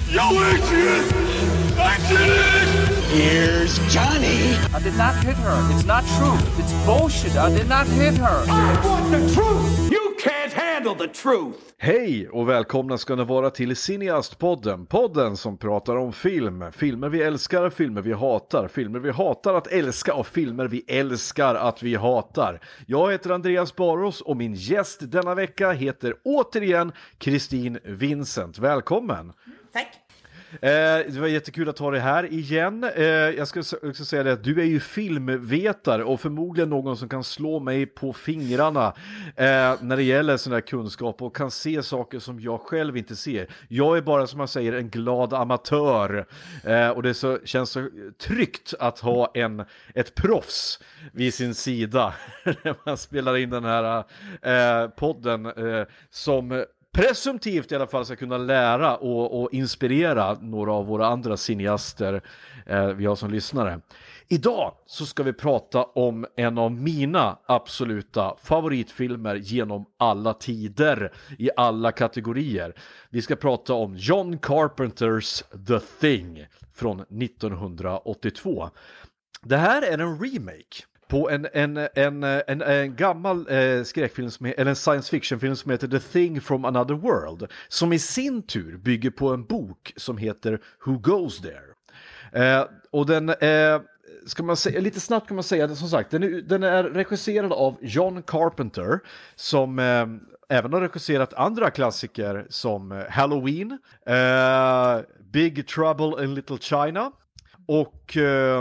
Yo, Adrian! I did it! Here's Johnny. I did not hit her. It's not true. It's bullshit. I did not hit her. I want the truth! You can't handle the truth! Hej och välkomna ska ni vara till Cineastpodden. Podden som pratar om film. Filmer vi älskar, filmer vi hatar. Filmer vi hatar att älska och filmer vi älskar att vi hatar. Jag heter Andreas Baros och min gäst denna vecka heter återigen Kristin Vincent. Välkommen! Tack! Det var jättekul att ha dig här igen. Jag ska också säga det att du är ju filmvetare och förmodligen någon som kan slå mig på fingrarna när det gäller sån här kunskap och kan se saker som jag själv inte ser. Jag är bara, som man säger, en glad amatör och det känns så tryggt att ha ett proffs vid sin sida när man spelar in den här podden som presumtivt i alla fall ska kunna lära och inspirera några av våra andra cineaster vi har som lyssnare. Idag så ska vi prata om en av mina absoluta favoritfilmer genom alla tider i alla kategorier. Vi ska prata om John Carpenters The Thing från 1982. Det här är en remake på en gammal skräckfilm eller en science fiction film som heter The Thing from Another World, som i sin tur bygger på en bok som heter Who Goes There. Och den ska man säga, lite snabbt kan man säga det, som sagt, den är regisserad av John Carpenter som även har regisserat andra klassiker som Halloween, Big Trouble in Little China och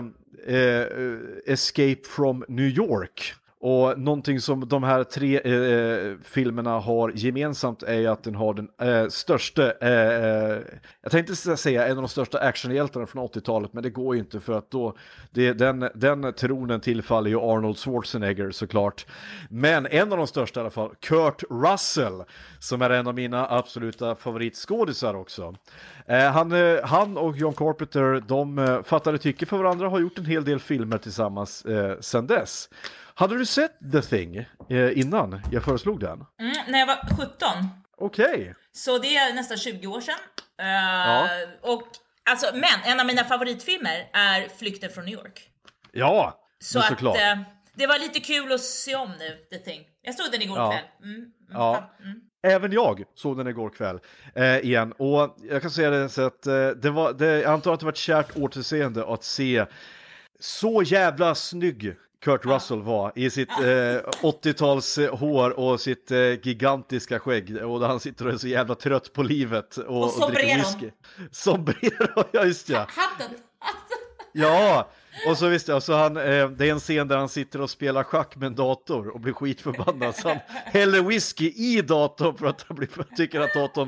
Escape from New York. Och någonting som de här tre filmerna har gemensamt är att den har den största, jag tänkte säga en av de största actionhjältarna från 80-talet, men det går ju inte för att då den tronen tillfaller ju Arnold Schwarzenegger såklart. Men en av de största i alla fall, Kurt Russell, som är en av mina absoluta favoritskådisar också. Han och John Carpenter, de fattade tycke för varandra, har gjort en hel del filmer tillsammans sedan dess. Hade du sett The Thing innan jag föreslog den? När jag var 17. Okej. Så det är nästan 20 år sedan. Ja. Och, alltså, men en av mina favoritfilmer är Flykten från New York. Ja, så såklart. Det var lite kul att se om nu, The Thing. Jag såg den igår kväll. Även jag såg den igår kväll igen. Och jag kan säga det så att jag antar att det var ett kärt återseende att se så jävla snygg Kurt Russell var i sitt 80-tals hår och sitt gigantiska skägg, och där han sitter och är så jävla trött på livet och dricker whisky. Sombrero, ja just ja. Hatten. Ja, och så visst, alltså det är en scen där han sitter och spelar schack med en dator och blir skitförbannad, så han häller whisky i datorn för att han tycker att datorn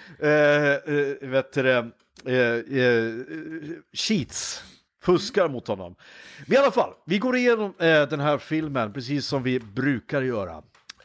cheats, fuskar mot honom. Men i alla fall, vi går igenom den här filmen precis som vi brukar göra.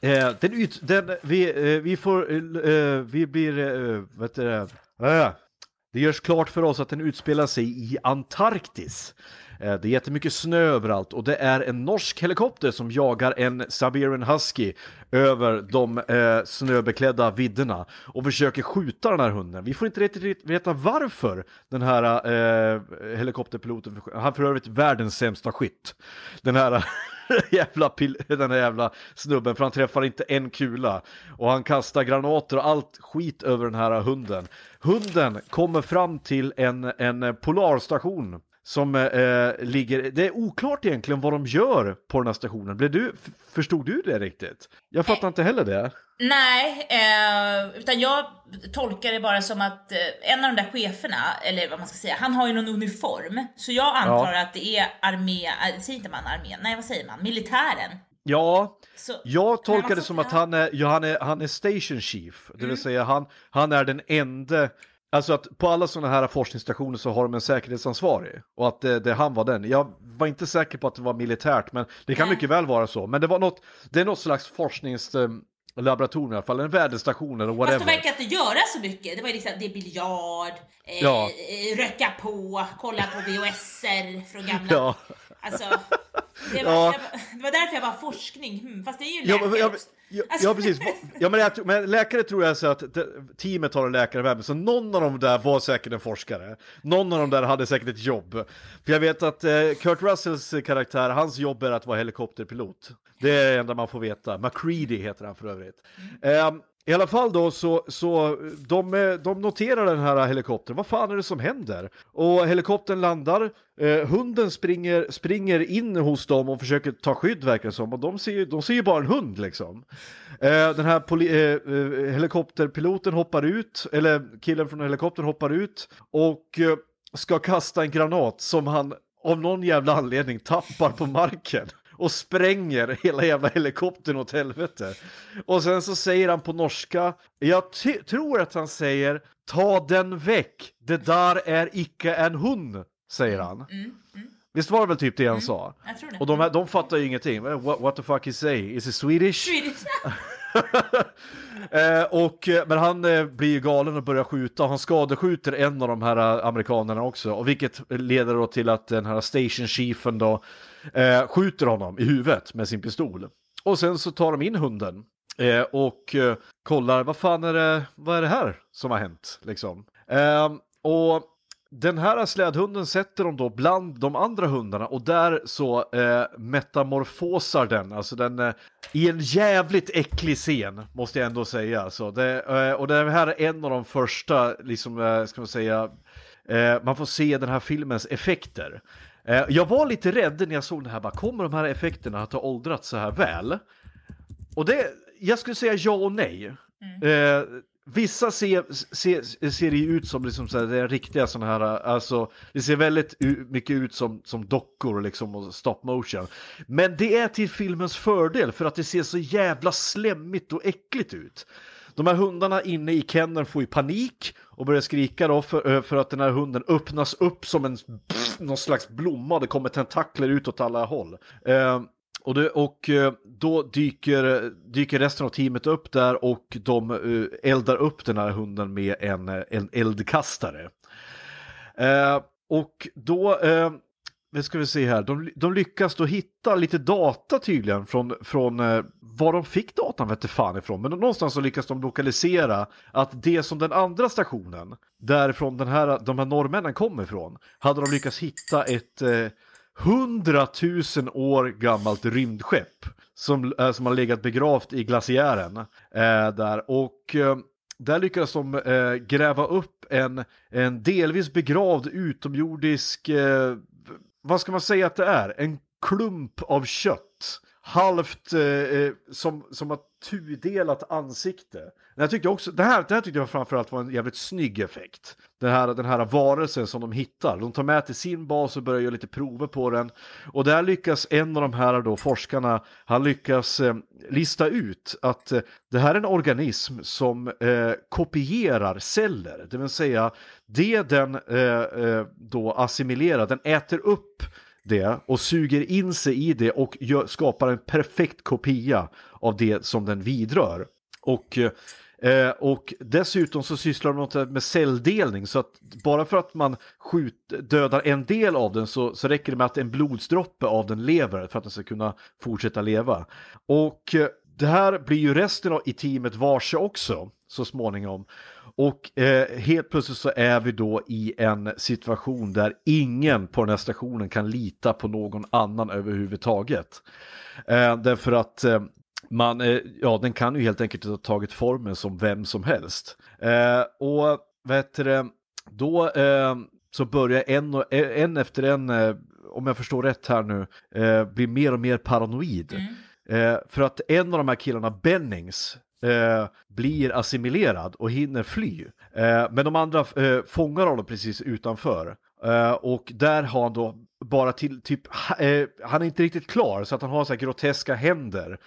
Det görs klart för oss att den utspelar sig i Antarktis. Det är jättemycket snö överallt och det är en norsk helikopter som jagar en Siberian Husky över de snöbeklädda vidderna och försöker skjuta den här hunden. Vi får inte riktigt veta varför den här helikopterpiloten, han för övrigt världens sämsta skytt. Den här jävla snubben, för han träffar inte en kula och han kastar granater och allt skit över den här hunden. Hunden kommer fram till en polarstation som ligger, det är oklart egentligen vad de gör på den här stationen. Förstod du det riktigt? Jag fattar inte heller det. Nej, utan jag tolkar det bara som att en av de där cheferna, eller vad man ska säga, han har ju någon uniform. Så jag antar att det är säger inte man armén? Nej, vad säger man? Militären. Ja, så, jag tolkar det som att han är station chief. Det vill säga han är den enda. Alltså att på alla sådana här forskningsstationer så har de en säkerhetsansvarig. Och att han var den. Jag var inte säker på att det var militärt, men det kan mycket väl vara så. Men det är något slags forskningslaboratorium i alla fall. En väderstation eller whatever. Fast det verkar inte göra så mycket. Det var liksom, det är biljard, röka på, kolla på VHS-er från gamla. Ja. Alltså, Det var därför jag bara forskning. Fast det är ju läkare. Ja, precis. Ja, men läkare tror jag så att teamet har en läkare med, så någon av dem där var säkert en forskare. Någon av dem där hade säkert ett jobb. För jag vet att Kurt Russells karaktär, hans jobb är att vara helikopterpilot. Det är det enda man får veta. MacReady heter han för övrigt. I alla fall då så de noterar den här helikoptern. Vad fan är det som händer? Och helikoptern landar. Hunden springer in hos dem och försöker ta skydd, verkar det som. Och de ser ju bara en hund liksom. Den här helikopterpiloten hoppar ut, eller killen från helikoptern hoppar ut och ska kasta en granat som han av någon jävla anledning tappar på marken. Och spränger hela jävla helikoptern åt helvete. Och sen så säger han på norska, jag tror att han säger, ta den väck, det där är icke en hund, säger han. Visst var det väl typ det han sa? Jag tror det. Och de fattar ju ingenting. What the fuck is say? Is it Swedish? Men han blir ju galen och börjar skjuta. Han skadeskjuter en av de här amerikanerna också, och vilket leder då till att den här station chiefen då skjuter honom i huvudet med sin pistol. Och sen så tar de in hunden och kollar, vad är det här som har hänt liksom. Och den här slädhunden sätter de då bland de andra hundarna, och där så metamorfosar den, alltså den i en jävligt äcklig scen, måste jag ändå säga. Alltså, och det här är en av de första, liksom, ska man säga, man får se den här filmens effekter. Jag var lite rädd när jag såg den här, kommer de här effekterna att ha åldrats så här väl? Och jag skulle säga ja och nej. Vissa ser det ut som liksom så här, det är riktiga såna här, alltså det ser väldigt mycket ut som dockor liksom, och stop motion. Men det är till filmens fördel, för att det ser så jävla slemmigt och äckligt ut. De här hundarna inne i kenneln får ju panik och börjar skrika då för att den här hunden öppnas upp som någon slags blomma. Det kommer tentakler ut åt alla håll. Och då dyker resten av teamet upp där, och de eldar upp den här hunden med en eldkastare. Och då ska vi se här, de lyckas då hitta lite data tydligen från var de fick datan vet inte fan ifrån, men någonstans så lyckas de lokalisera att det som den andra stationen därifrån de här norrmännen kommer ifrån, hade de lyckats hitta ett 100 000 år gammalt rymdskepp som har legat begravt i glaciären där, och där lyckas de gräva upp en delvis begravd utomjordisk, vad ska man säga att det är? En klump av kött, halvt som ett tudelat ansikte. Jag tyckte också, det här tyckte jag framförallt var en jävligt snygg effekt. Den här varelsen som de hittar. De tar med till sin bas och börjar göra lite prover på den. Och där lyckas en av de här då forskarna, han lyckas lista ut att det här är en organism som kopierar celler. Det vill säga, det den då assimilerar, den äter upp det och suger in sig i det och skapar en perfekt kopia av det som den vidrör. Och dessutom så sysslar de något med celldelning, så att bara för att man dödar en del av den så räcker det med att en blodsdroppe av den lever för att den ska kunna fortsätta leva. Och det här blir ju resten i teamet varse också så småningom. Och helt plötsligt så är vi då i en situation där ingen på den här stationen kan lita på någon annan överhuvudtaget. Därför att den kan ju helt enkelt ha tagit formen som vem som helst. Och då så börjar en efter en, om jag förstår rätt här nu, bli mer och mer paranoid. För att en av de här killarna, Bennings, blir assimilerad och hinner fly. Men de andra fångar honom precis utanför. Och där har han då bara han är inte riktigt klar, så att han har så här groteska händer.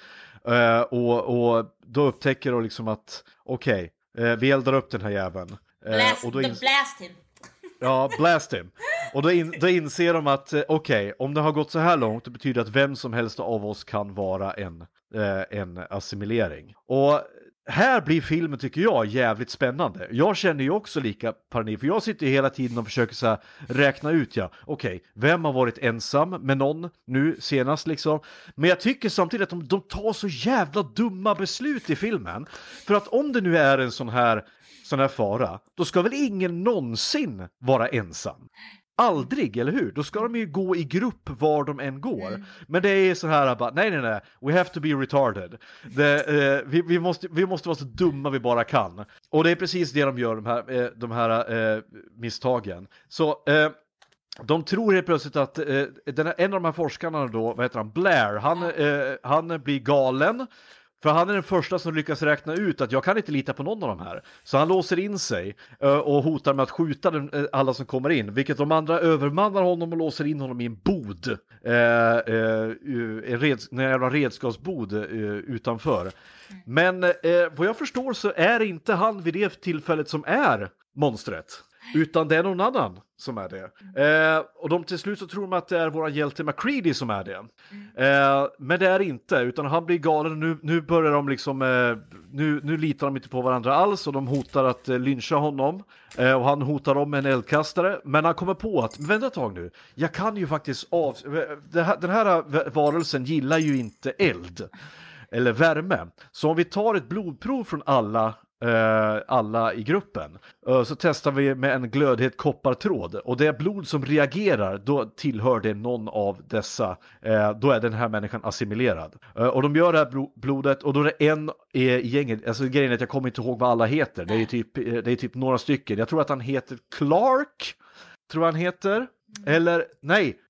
Och då upptäcker de liksom att okej, vi eldar upp den här jäveln. Blast him. Ja, blast him. Och då inser de att okej, om det har gått så här långt, det betyder att vem som helst av oss kan vara en assimilering. Och här blir filmen, tycker jag, jävligt spännande. Jag känner ju också lika paranoid, för jag sitter ju hela tiden och försöker så här räkna ut, okej, vem har varit ensam med någon nu senast liksom. Men jag tycker samtidigt att de tar så jävla dumma beslut i filmen. För att om det nu är en sån här fara, då ska väl ingen någonsin vara ensam. Aldrig, eller hur? Då ska de ju gå i grupp var de än går. Men det är så här bara, nej, we have to be retarded. Vi måste vara så dumma vi bara kan. Och det är precis det de gör, de här misstagen. Så de tror helt plötsligt att en av de här forskarna då, vad heter han, Blair, han blir galen. För han är den första som lyckas räkna ut att jag kan inte lita på någon av de här. Så han låser in sig och hotar med att skjuta alla som kommer in. Vilket de andra övermannar honom och låser in honom i en bod. En jävla redskapsbod utanför. Men vad jag förstår så är det inte han vid det tillfället som är monstret. Utan det är någon annan som är det. Och de till slut så tror de att det är våra hjälte MacReady som är det. Men det är inte, utan han blir galen. Nu börjar de liksom, nu litar de inte på varandra alls och de hotar att lyncha honom. Och han hotar dem med en eldkastare. Men han kommer på att, vänta ett tag nu, jag kan ju faktiskt den här varelsen gillar ju inte eld eller värme. Så om vi tar ett blodprov från alla i gruppen, så testar vi med en glödhet koppartråd, och det är blod som reagerar, då tillhör det någon av dessa, då är den här människan assimilerad. Och de gör det här blodet, och då är det en i gänget, alltså grejen är att jag kommer inte ihåg vad alla heter, det är typ några stycken, jag tror att han heter Clark, tror han heter, eller nej,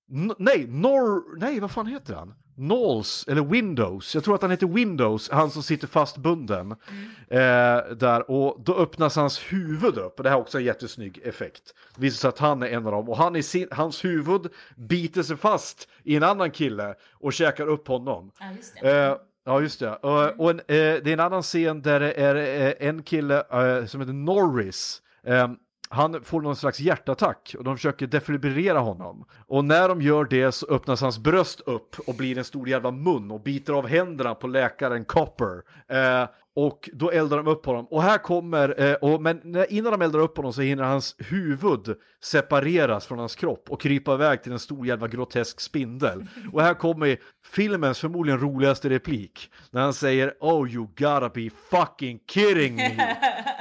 vad fan heter han? Knowles, eller Windows. Jag tror att han heter Windows, han som sitter fastbunden där, och då öppnas hans huvud upp, och det här är också en jättesnygg effekt. Det visar sig att han är en av dem, och hans huvud biter sig fast i en annan kille och käkar upp honom. Ja, just det. Ja, just det. Och det är en annan scen där det är en kille som heter Norris. Han får någon slags hjärtattack och de försöker defibrillera honom. Och när de gör det så öppnas hans bröst upp och blir en stor jävla mun och biter av händerna på läkaren Copper. Och då eldar de upp honom. Och här kommer, men innan de eldar upp honom så hinner hans huvud separeras från hans kropp och krypa iväg till en stor jävla grotesk spindel. Och här kommer filmens förmodligen roligaste replik. När han säger, "Oh, you gotta be fucking kidding me."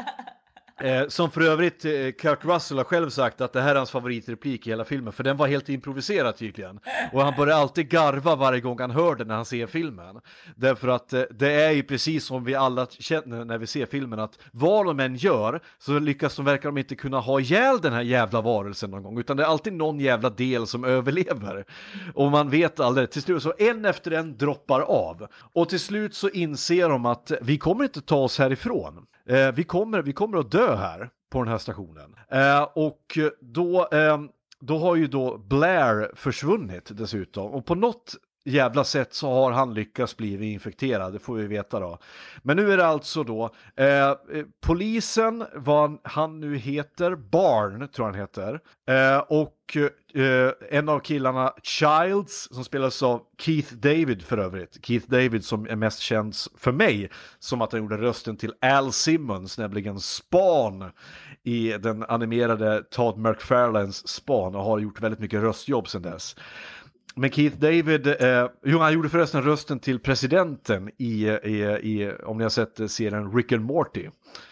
Som för övrigt Kurt Russell har själv sagt att det här är hans favoritreplik i hela filmen, för den var helt improviserad tydligen, och han börjar alltid garva varje gång han hör den när han ser filmen, därför att det är ju precis som vi alla känner när vi ser filmen, att vad de än gör så verkar de inte kunna ha ihjäl den här jävla varelsen någon gång, utan det är alltid någon jävla del som överlever, och man vet aldrig, till slut så en efter en droppar av, och till slut så inser de att vi kommer inte ta oss härifrån. Vi kommer att dö här på den här stationen. Och då har ju då Blair försvunnit dessutom. Och på något jävla sätt så har han lyckats bli infekterad, det får vi veta då. Men nu är det alltså då polisen, vad han nu heter, Barn tror han heter, och en av killarna, Childs, som spelas av Keith David för övrigt. Keith David som är mest känd för mig som att han gjorde rösten till Al Simmons, nämligen Spawn i den animerade Todd McFarlanes Spawn, och har gjort väldigt mycket röstjobb sedan dess. Men Keith David, han gjorde förresten rösten till presidenten i om ni har sett serien Rick and Morty.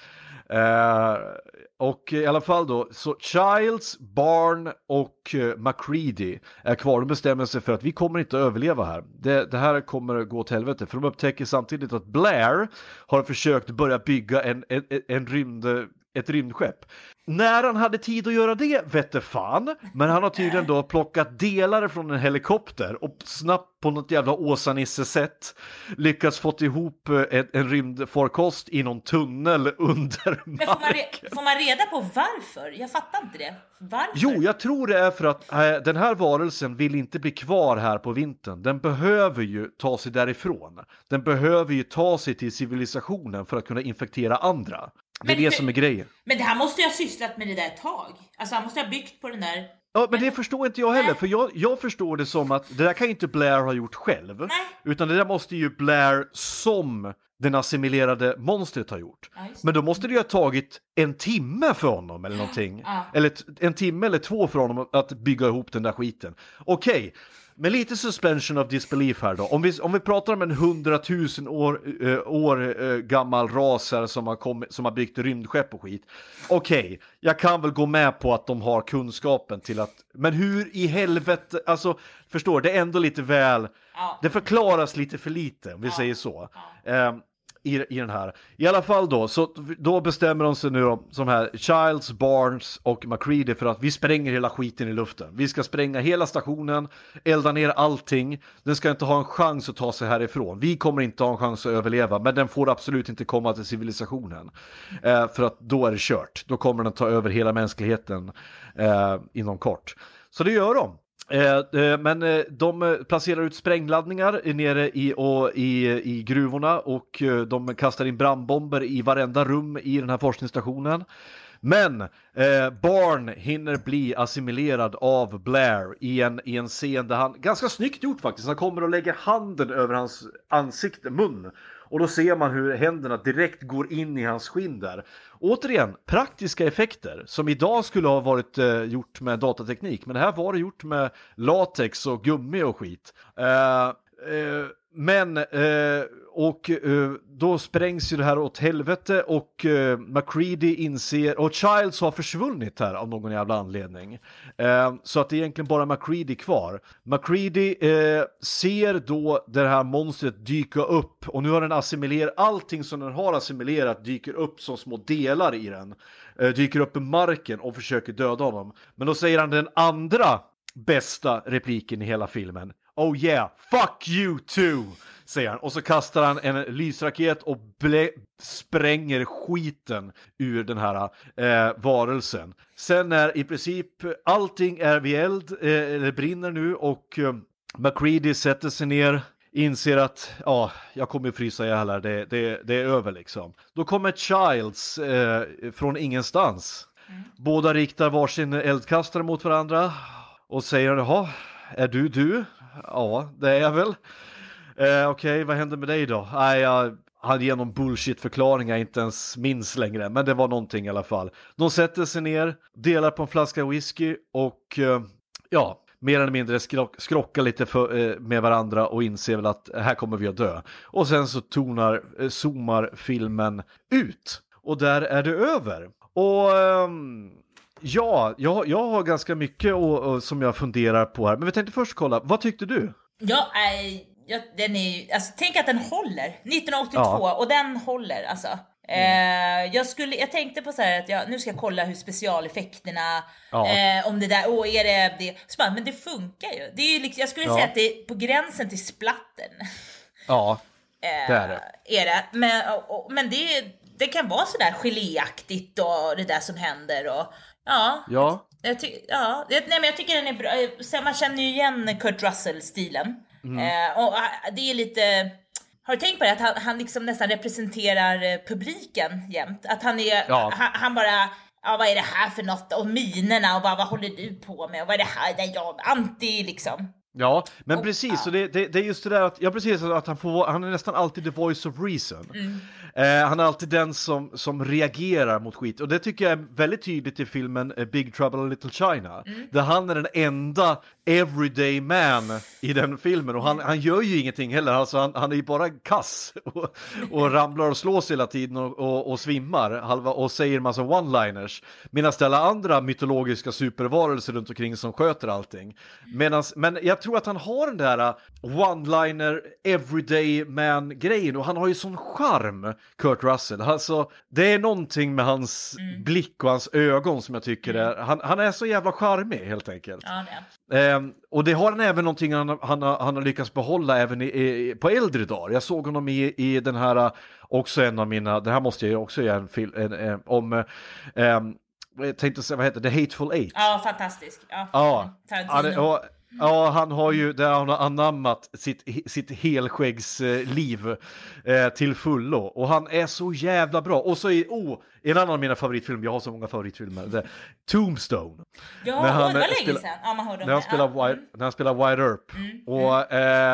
Och i alla fall då, så Childs, Barn och MacReady är kvar. De bestämmer sig för att vi kommer inte att överleva här. Det här kommer att gå åt helvete, för de upptäcker samtidigt att Blair har försökt börja bygga ett rymdskepp. När han hade tid att göra det, vette fan. Men han har tydligen då plockat delar från en helikopter och snabbt på något jävla Åsa-Nisse-sätt lyckats fått ihop en rymdfarkost i någon tunnel under marken. Men får man reda på varför? Jag fattar inte det. Varför? Jo, jag tror det är för att den här varelsen vill inte bli kvar här på vintern. Den behöver ju ta sig därifrån. Den behöver ju ta sig till civilisationen för att kunna infektera andra. Det är det som är grejen. Men det här måste jag ha sysslat med det där ett tag. Alltså han måste ha byggt på den där. Ja, men det förstår inte jag heller. För jag förstår det som att det där kan inte Blair ha gjort själv. Nej. Utan det där måste ju Blair som den assimilerade monstret har gjort. Men då måste det ju ha tagit en timme för honom eller någonting. Eller en timme eller 2 för honom att bygga ihop den där skiten. Okej. Men lite suspension of disbelief här då. Om vi pratar om en 100 000 år gammal ras här som har byggt rymdskepp och skit. Okej, jag kan väl gå med på att de har kunskapen till att... Men hur i helvete... Alltså, förstår, det är ändå lite väl... Det förklaras lite för lite, om vi säger så. I den här. I alla fall då bestämmer de sig nu då, som här Childs, Barnes och MacReady för att vi spränger hela skiten i luften. Vi ska spränga hela stationen, elda ner allting. Den ska inte ha en chans att ta sig härifrån. Vi kommer inte ha en chans att överleva, men den får absolut inte komma till civilisationen. För att då är det kört. Då kommer den ta över hela mänskligheten inom kort. Så det gör de. Men de placerar ut sprängladdningar nere i gruvorna och de kastar in brandbomber i varenda rum i den här forskningsstationen. Men Barn hinner bli assimilerad av Blair i en scen där han, ganska snyggt gjort faktiskt, han kommer och lägger handen över hans ansikte, mun. Och då ser man hur händerna direkt går in i hans skinn där. Återigen, praktiska effekter som idag skulle ha varit gjort med datateknik. Men det här var det gjort med latex och gummi och skit. Då sprängs ju det här åt helvete och MacReady inser, och Childs har försvunnit här av någon jävla anledning. Så att det är egentligen bara MacReady kvar. MacReady ser då det här monstret dyka upp och nu har den assimilerat, allting som den har assimilerat dyker upp som små delar i den. Dyker upp i marken och försöker döda honom. Men då säger han den andra bästa repliken i hela filmen. Oh yeah, fuck you too, säger han. Och så kastar han en lysraket och spränger skiten ur den här varelsen. Sen är i princip allting är vid eld, eller brinner nu och MacReady sätter sig ner, inser att jag kommer frysa ihjäl här, det är över liksom. Då kommer Childs från ingenstans. Båda riktar varsin eldkastare mot varandra och säger, jaha, är du? Ja, det är jag väl. Okej, vad händer med dig då? Nej, jag hade genom bullshit-förklaringar jag inte ens minns längre. Men det var någonting i alla fall. De sätter sig ner, delar på en flaska whisky och mer eller mindre skrockar lite med varandra och inser väl att här kommer vi att dö. Och sen så zoomar filmen ut. Och där är det över. Och... jag har ganska mycket som jag funderar på här. Men vi tänkte först kolla, vad tyckte du? Den är, alltså, tänk att den håller 1982 och den håller alltså. Jag tänkte på så här att nu ska jag kolla hur specialeffekterna om det där, är det men det funkar ju. Det är ju liksom, jag skulle säga att det är på gränsen till splatten. Ja. Det är det. Men det kan vara så där geléaktigt och det där som händer och jag tycker den är bra. Man känner ju igen Kurt Russell-stilen. Och det är lite... Har du tänkt på det? Att han liksom nästan representerar publiken jämt. Att han är... Han bara... vad är det här för något? Och minerna och bara, vad håller du på med? Och vad är det här? Det är jag anti liksom. Ja, men precis. Så det är just det där att han är nästan alltid the voice of reason. Han är alltid den som reagerar mot skit. Och det tycker jag är väldigt tydligt i filmen Big Trouble in Little China. Där han är den enda everyday man i den filmen. Och han gör ju ingenting heller. Alltså han är ju bara kass. Och ramlar och slås hela tiden och svimmar. Och säger en massa one-liners. Medan det alla andra mytologiska supervarelser runt omkring som sköter allting. Men jag tror att han har den där one-liner everyday man-grejen. Och han har ju sån charm, Kurt Russell. Alltså, det är någonting med hans blick och hans ögon som jag tycker är... Han är så jävla charmig, helt enkelt. Ja, det. Och det har han även någonting han har lyckats behålla även på äldre dagar. Jag såg honom i den här, också en av mina... Det här måste jag också göra en film om... jag tänkte säga, vad heter det? The Hateful Eight. Ja, fantastisk. Ja. Ja, han har ju där han har anammat sitt helskäggsliv till fullo. Och han är så jävla bra. Och så en annan av mina favoritfilmer, jag har så många favoritfilmer, Tombstone. Ja, det var länge sedan. Ja, man hörde om när han spelar Wyatt Earp. Och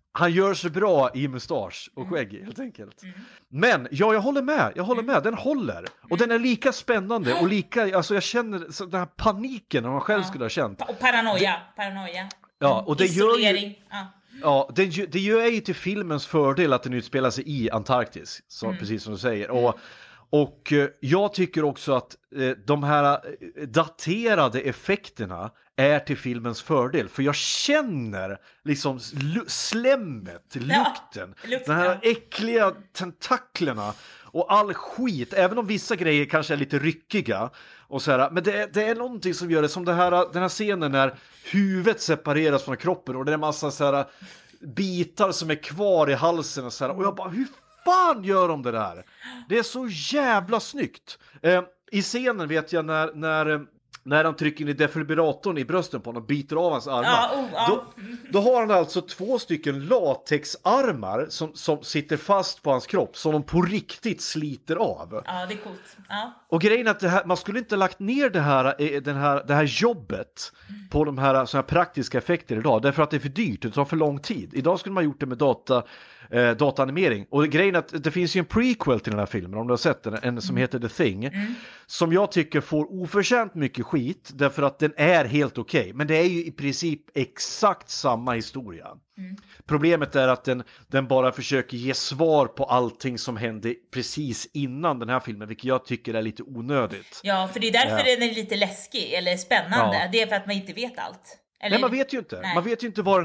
Han gör så bra i mustasch och skägg helt enkelt. Men ja, jag håller med, den håller. Och den är lika spännande och lika, alltså jag känner den här paniken som man själv skulle ha känt. Och paranoia. Ja, och det isolering. gör ju, ja, det gör ju till filmens fördel att den utspelar sig i Antarktis, så, precis som du säger. Och jag tycker också att de här daterade effekterna är till filmens fördel. För jag känner liksom slemmet, lukten, de här äckliga tentaklerna och all skit. Även om vissa grejer kanske är lite ryckiga. Och så här, men det är någonting som gör det, som den här scenen när huvudet separeras från kroppen. Och det är en massa så här bitar som är kvar i halsen. Och, så här, och jag bara, hur fan gör de det där? Det är så jävla snyggt. I scenen vet jag när de trycker in i defibrillatorn i brösten på honom och biter av hans armar. Då har han alltså 2 stycken latexarmar som sitter fast på hans kropp, som de på riktigt sliter av. Ja, det är coolt. Ja. Och grejen är att man skulle inte lagt ner det här jobbet på de här, så här praktiska effekter idag, därför att det är för dyrt, det tar för lång tid. Idag skulle man gjort det med dataanimering. Och grejen är att det finns ju en prequel till den här filmen, om du har sett den, en som heter The Thing, som jag tycker får oförtjänt mycket skit, därför att den är helt okej. Men det är ju i princip exakt samma historia. Problemet är att den bara försöker ge svar på allting som hände precis innan den här filmen, vilket jag tycker är lite onödigt. Ja, för det är därför den är lite läskig eller spännande. Ja. Det är för att man inte vet allt. Eller? Nej, man vet ju inte. Nej. Man vet ju inte vad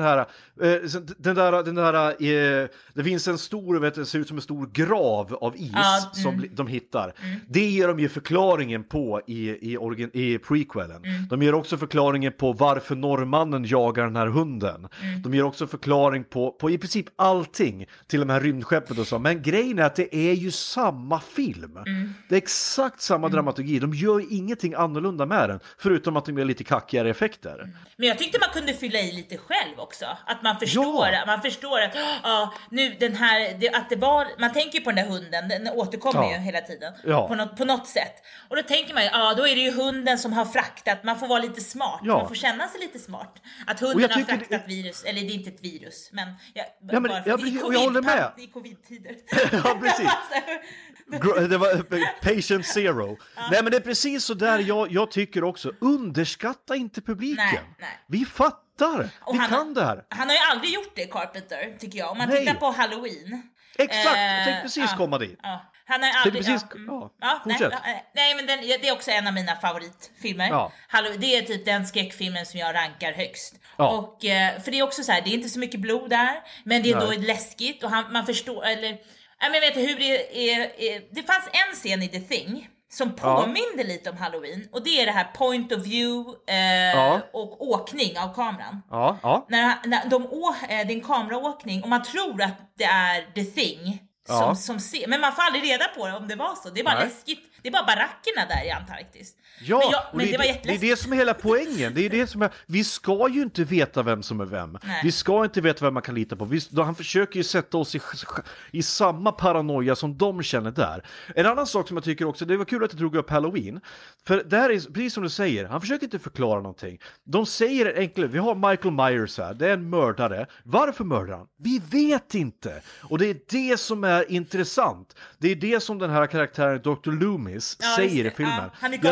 det finns en stor, det ser ut som en stor grav av is som de hittar. Det ger de ju förklaringen på i prequelen. De ger också förklaringen på varför norrmannen jagar den här hunden. De ger också förklaring på i princip allting till de här rymdskeppet och så. Men grejen är att det är ju samma film. Det är exakt samma dramaturgi. De gör ingenting annorlunda med den, förutom att de gör lite kackigare effekter. Men jag tyckte man kunde fylla i lite själv också. Att man förstår att nu den här, att det var, man tänker på den där hunden, den återkommer ju hela tiden på något sätt. Och då tänker man ju, då är det ju hunden som har fraktat, man får vara lite smart, man får känna sig lite smart. Att hunden har fraktat virus, eller det är inte ett virus, men jag håller med. I covid-tider. Ja, precis. Det var patient zero. Nej, men det är precis så där jag tycker också. Underskatta inte publiken. Nej. Vi fattar. Och vi kan det här. Han har ju aldrig gjort det, Carpenter, tycker jag. Om man tittar på Halloween. Exakt, jag tänkte precis komma dit. Han har aldrig... Fortsätt. Nej, men det är också en av mina favoritfilmer. Det är typ den skräckfilmen som jag rankar högst. Och, för det är också så här, det är inte så mycket blod där, men det är ändå läskigt. Och man förstår, eller... Jag vet hur det är. Det fanns en scen i The Thing som påminner lite om Halloween. Och det är det här point of view och åkning av kameran. När det är en kameraåkning och man tror att det är The Thing som ser. Men man får aldrig reda på det om det var så. Det är bara läskigt. Det är bara barackerna där i Antarktis. Men det var jätteläskigt. Det är det som är hela poängen. Det är det som vi ska ju inte veta vem som är vem. Nej. Vi ska inte veta vem man kan lita på. Han försöker ju sätta oss i samma paranoia som de känner där. En annan sak som jag tycker också, det var kul att jag drog upp Halloween. För det här är, precis som du säger, han försöker inte förklara någonting. De säger enkelt, vi har Michael Myers här, det är en mördare. Varför mördar han? Vi vet inte. Och det är det som är intressant. Det är det som den här karaktären Dr. Loomis säger i filmen.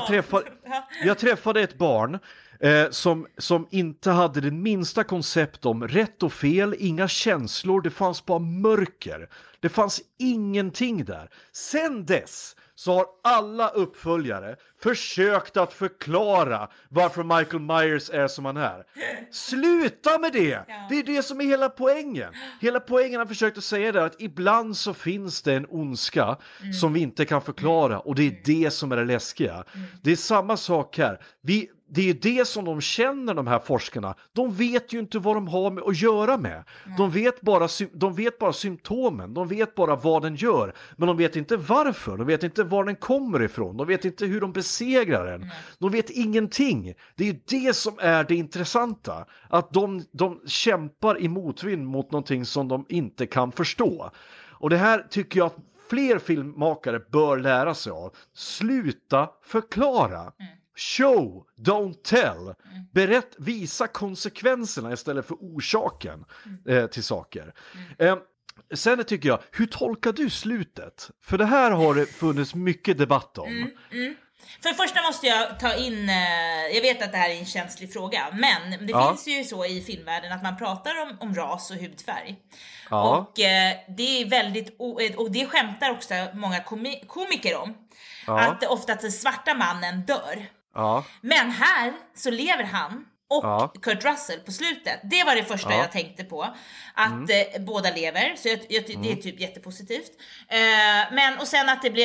Jag träffade ett barn som inte hade det minsta koncept om rätt och fel, inga känslor, det fanns bara mörker. Det fanns ingenting där. Sen dess så har alla uppföljare försökt att förklara varför Michael Myers är som han är. Sluta med det! Ja. Det är det som är hela poängen. Hela poängen har försökt att säga det, att ibland så finns det en ondska som vi inte kan förklara, och det är det som är det läskiga. Det är samma sak här. Det är det som de känner, de här forskarna. De vet ju inte vad de har med att göra med. De vet bara symptomen. De vet bara vad den gör. Men de vet inte varför. De vet inte var den kommer ifrån. De vet inte hur de besegrar den. De vet ingenting. Det är ju det som är det intressanta. Att de kämpar i motvind mot någonting som de inte kan förstå. Och det här tycker jag att fler filmmakare bör lära sig av. Sluta förklara. Show, don't tell. Visa konsekvenserna istället för orsaken till saker. Sen tycker jag, hur tolkar du slutet? För det här har det funnits mycket debatt om. För det första måste jag ta in, jag vet att det här är en känslig fråga, men det finns ju så i filmvärlden att man pratar om ras och hudfärg. Ja. Och det är väldigt, och det skämtar också många komiker om. Att ofta att den svarta mannen dör. Ja. Men här så lever han och Kurt Russell på slutet. Det var det första jag tänkte på. Att båda lever. Så det är typ jättepositivt. Men och sen att det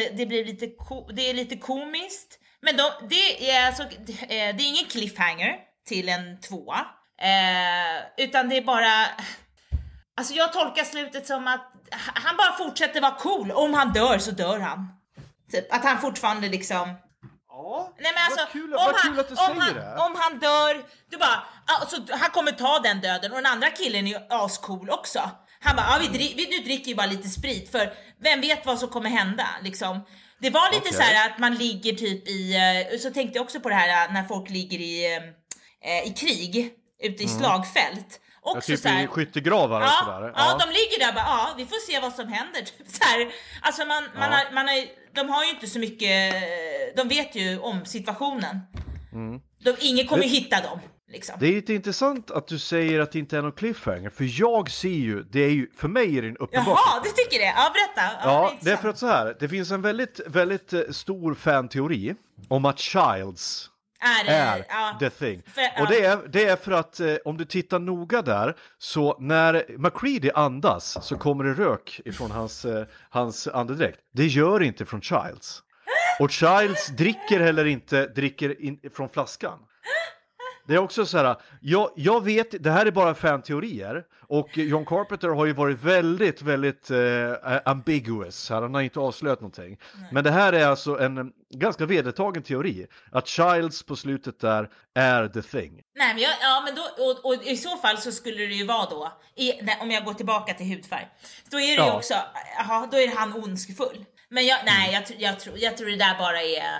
är lite komiskt. Men det är ingen cliffhanger till en 2. Utan det är bara... Alltså jag tolkar slutet som att han bara fortsätter vara cool. Om han dör så dör han. Typ att han fortfarande liksom... Ja, nej, men alltså, vad kul att du säger det. Om han dör, du bara, alltså, han kommer ta den döden. Och den andra killen är ju ascool också. Han bara, nu dricker ju bara lite sprit. För vem vet vad som kommer hända liksom. Det var lite så här att man ligger typ i, så tänkte jag också på det här när folk ligger i krig ute i slagfält. Också typ så här, i skyttegravar och sådär. Ja, de ligger där bara, vi får se vad som händer. Typ så här. Alltså de har ju inte så mycket, de vet ju om situationen. Ingen kommer ju hitta dem. Liksom. Det är lite intressant att du säger att det inte är någon cliffhanger. För jag ser ju, det är ju, för mig är det en uppenbar. Jaha, du tycker det? Ja, berätta. Ja, det är för att så här, det finns en väldigt, väldigt stor fanteori om att Childs är the thing. Och det är för att om du tittar noga där, så när McCready andas så kommer det rök ifrån hans andedräkt. Det gör inte från Childs. Och Childs dricker från flaskan. Det är också så här, jag vet, det här är bara fan-teorier, och John Carpenter har ju varit väldigt, väldigt ambiguous. Han har inte avslöjat någonting. Men det här är alltså en ganska vedertagen teori, att Childs på slutet där är the thing. Nej, men då, och i så fall så skulle det ju vara då, om jag går tillbaka till hudfärg, då är det ju också, då är han ondskefull. Men jag tror det där bara är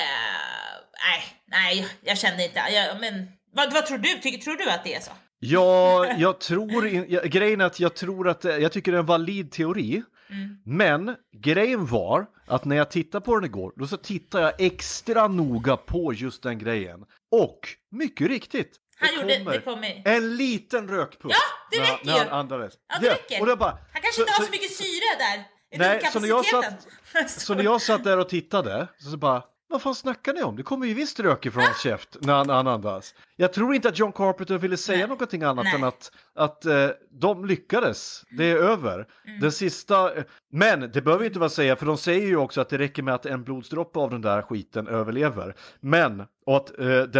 nej, jag kände inte. Men vad tror du? Tror du att det är så? Ja, grejen är att jag tycker det är en valid teori. Men grejen var att när jag tittade på den igår, då så tittade jag extra noga på just den grejen. Och mycket riktigt, det kommer en liten rökpuff. Ja, det räcker när han andades. Ja, det räcker. Och det bara, han kanske inte har så mycket syre där. Nej, så när jag satt där och tittade så bara, vad fan snackar ni om? Det kommer ju visst rök från hans käft när han andas. Jag tror inte att John Carpenter ville säga någonting annat än att de lyckades. Det är över. Den sista... Men det behöver inte vara säga, för de säger ju också att det räcker med att en blodsdroppe av den där skiten överlever. Men att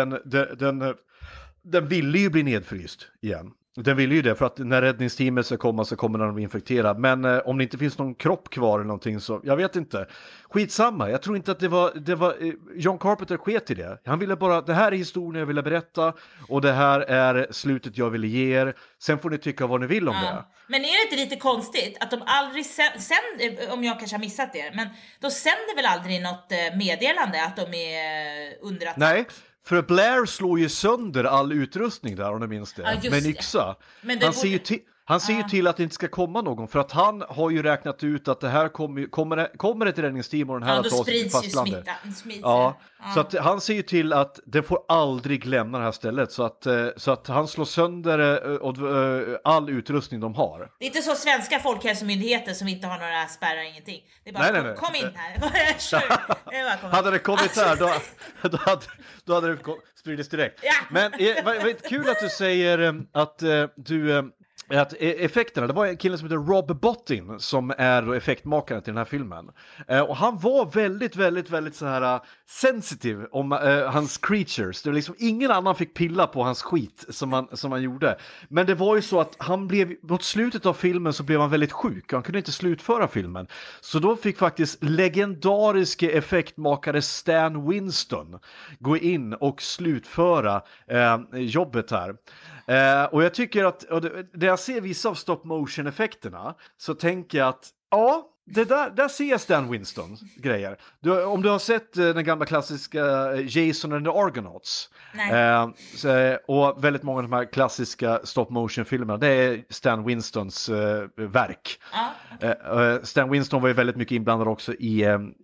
den ville ju bli nedfryst igen. Den vill ju det, för att när räddningsteamet ska komma så kommer de infektera. Men om det inte finns någon kropp kvar eller någonting, så jag vet inte. Skitsamma, jag tror inte att det var John Carpenter sket i det. Han ville bara, det här är historien jag ville berätta, och det här är slutet jag ville ge er. Sen får ni tycka vad ni vill om det. Men är det inte lite konstigt att de aldrig sänder, om jag kanske har missat det, men de sänder väl aldrig något meddelande att de är under attack? Nej. För Blair slår ju sönder all utrustning där, om du minns det. Med en yxa. Han ser ju till att det inte ska komma någon. För att han har ju räknat ut att det här kommer ett räddningsteam och den här då tar sig till fastlandet. Så att han ser ju till att det får aldrig lämna det här stället. Så att han slår sönder all utrustning de har. Det är inte så svenska folkhälsomyndigheter som inte har några spärrar, ingenting. Det är bara, nej. Kom in här. Hade det kommit här, då hade det spridits direkt. Ja. Men vad kul att du säger att att effekterna, det var en kille som heter Rob Bottin som är då effektmakaren till den här filmen. Och han var väldigt, väldigt, väldigt så här sensitive om hans creatures. Det var liksom ingen annan fick pilla på hans skit som han gjorde. Men det var ju så att han blev, mot slutet av filmen så blev han väldigt sjuk. Han kunde inte slutföra filmen. Så då fick faktiskt legendariske effektmakare Stan Winston gå in och slutföra jobbet här. Och jag tycker att när jag ser vissa av stop motion effekterna så tänker jag att där ser jag Stan Winstons grejer. Om du har sett den gamla klassiska Jason and the Argonauts. Och väldigt många av de här klassiska stop motion filmerna, det är Stan Winstons verk. Stan Winston var ju väldigt mycket inblandad också i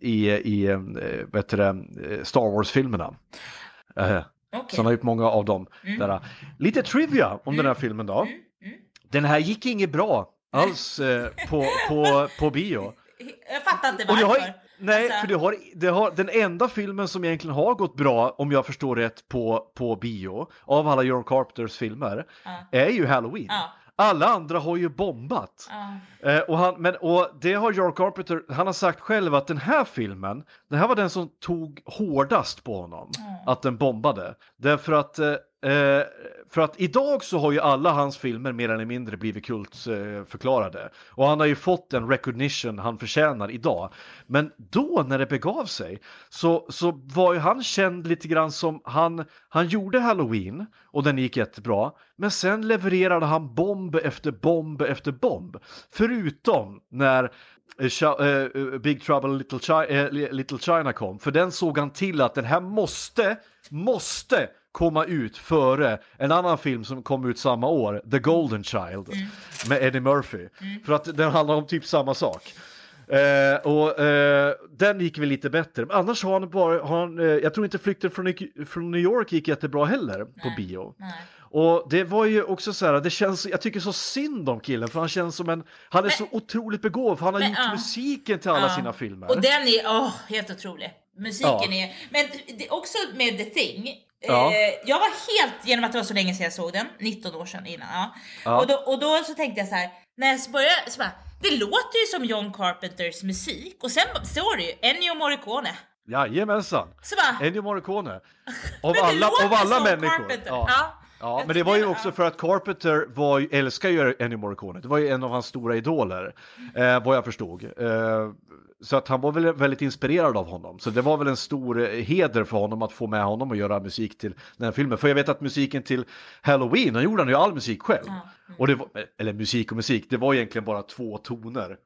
Star Wars-filmerna. Så han har gjort många av dem. Lite trivia om den här filmen då. Den här gick inget bra alls på bio. Jag fattar inte varför. Nej, för det har den enda filmen som egentligen har gått bra, om jag förstår rätt, på bio av alla John Carpenters filmer är ju Halloween. Alla andra har ju bombat. Och det har John Carpenter, han har sagt själv att den här filmen, det här var den som tog hårdast på honom. Att den bombade. Därför att för att idag så har ju alla hans filmer mer eller mindre blivit kultförklarade. Och han har ju fått den recognition han förtjänar idag. Men då när det begav sig så var ju han känd lite grann som han gjorde Halloween och den gick jättebra. Men sen levererade han bomb efter bomb efter bomb. Förutom när Big Trouble Little China kom. För den såg han till att den här måste komma ut före en annan film som kom ut samma år, The Golden Child med Eddie Murphy. För att den handlar om typ samma sak. Den gick väl lite bättre. Men annars har han jag tror inte Flykten från New York gick jättebra heller på bio. Och det var ju också så här, jag tycker så synd om killen, för han känns som han är så otroligt begåvad, för han har gjort musiken till alla sina filmer. Och den är helt otrolig. Musiken är, men det, också med The Thing. Jag var helt, genom att det var så länge sedan jag såg den, 19 år sedan innan. Och då så tänkte jag så här, när jag började så bara, det låter ju som John Carpenters musik. Och sen står det ju Ennio Morricone. Jajamensan. Ennio Morricone. Av alla människor. Ja, men det var ju också för att Carpenter älskar ju Ennio Morricone. Det var ju en av hans stora idoler, vad jag förstod. Så att han var väl väldigt inspirerad av honom. Så det var väl en stor heder för honom att få med honom och göra musik till den här filmen. För jag vet att musiken till Halloween, han gjorde ju all musik själv. Och det var, eller musik, det var egentligen bara 2 toner.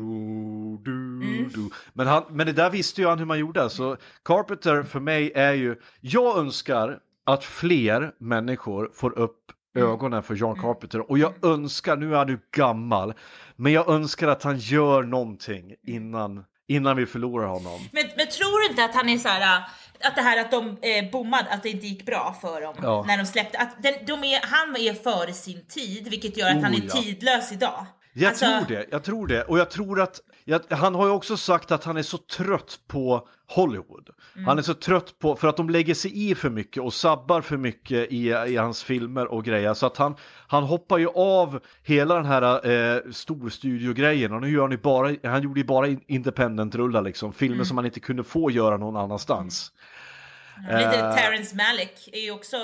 Men det där visste ju han hur man gjorde. Så Carpenter för mig är ju, jag önskar att fler människor får upp ögonen för John Carpenter. Och jag önskar, nu är han ju gammal, men jag önskar att han gör någonting innan vi förlorar honom. Men tror du inte att han är så här, att det här att de bommade, att det inte gick bra för dem när de släppte, att han är före sin tid, vilket gör att han är tidlös idag. Jag tror det. Och jag tror att han har ju också sagt att han är så trött på Hollywood. Han är så trött på, för att de lägger sig i för mycket och sabbar för mycket i hans filmer och grejer. Så att han hoppar ju av hela den här storstudiogrejen. Och nu gör han gjorde ju bara independent-rullar liksom. Filmer som man inte kunde få göra någon annanstans. Lite Terrence Malick är ju också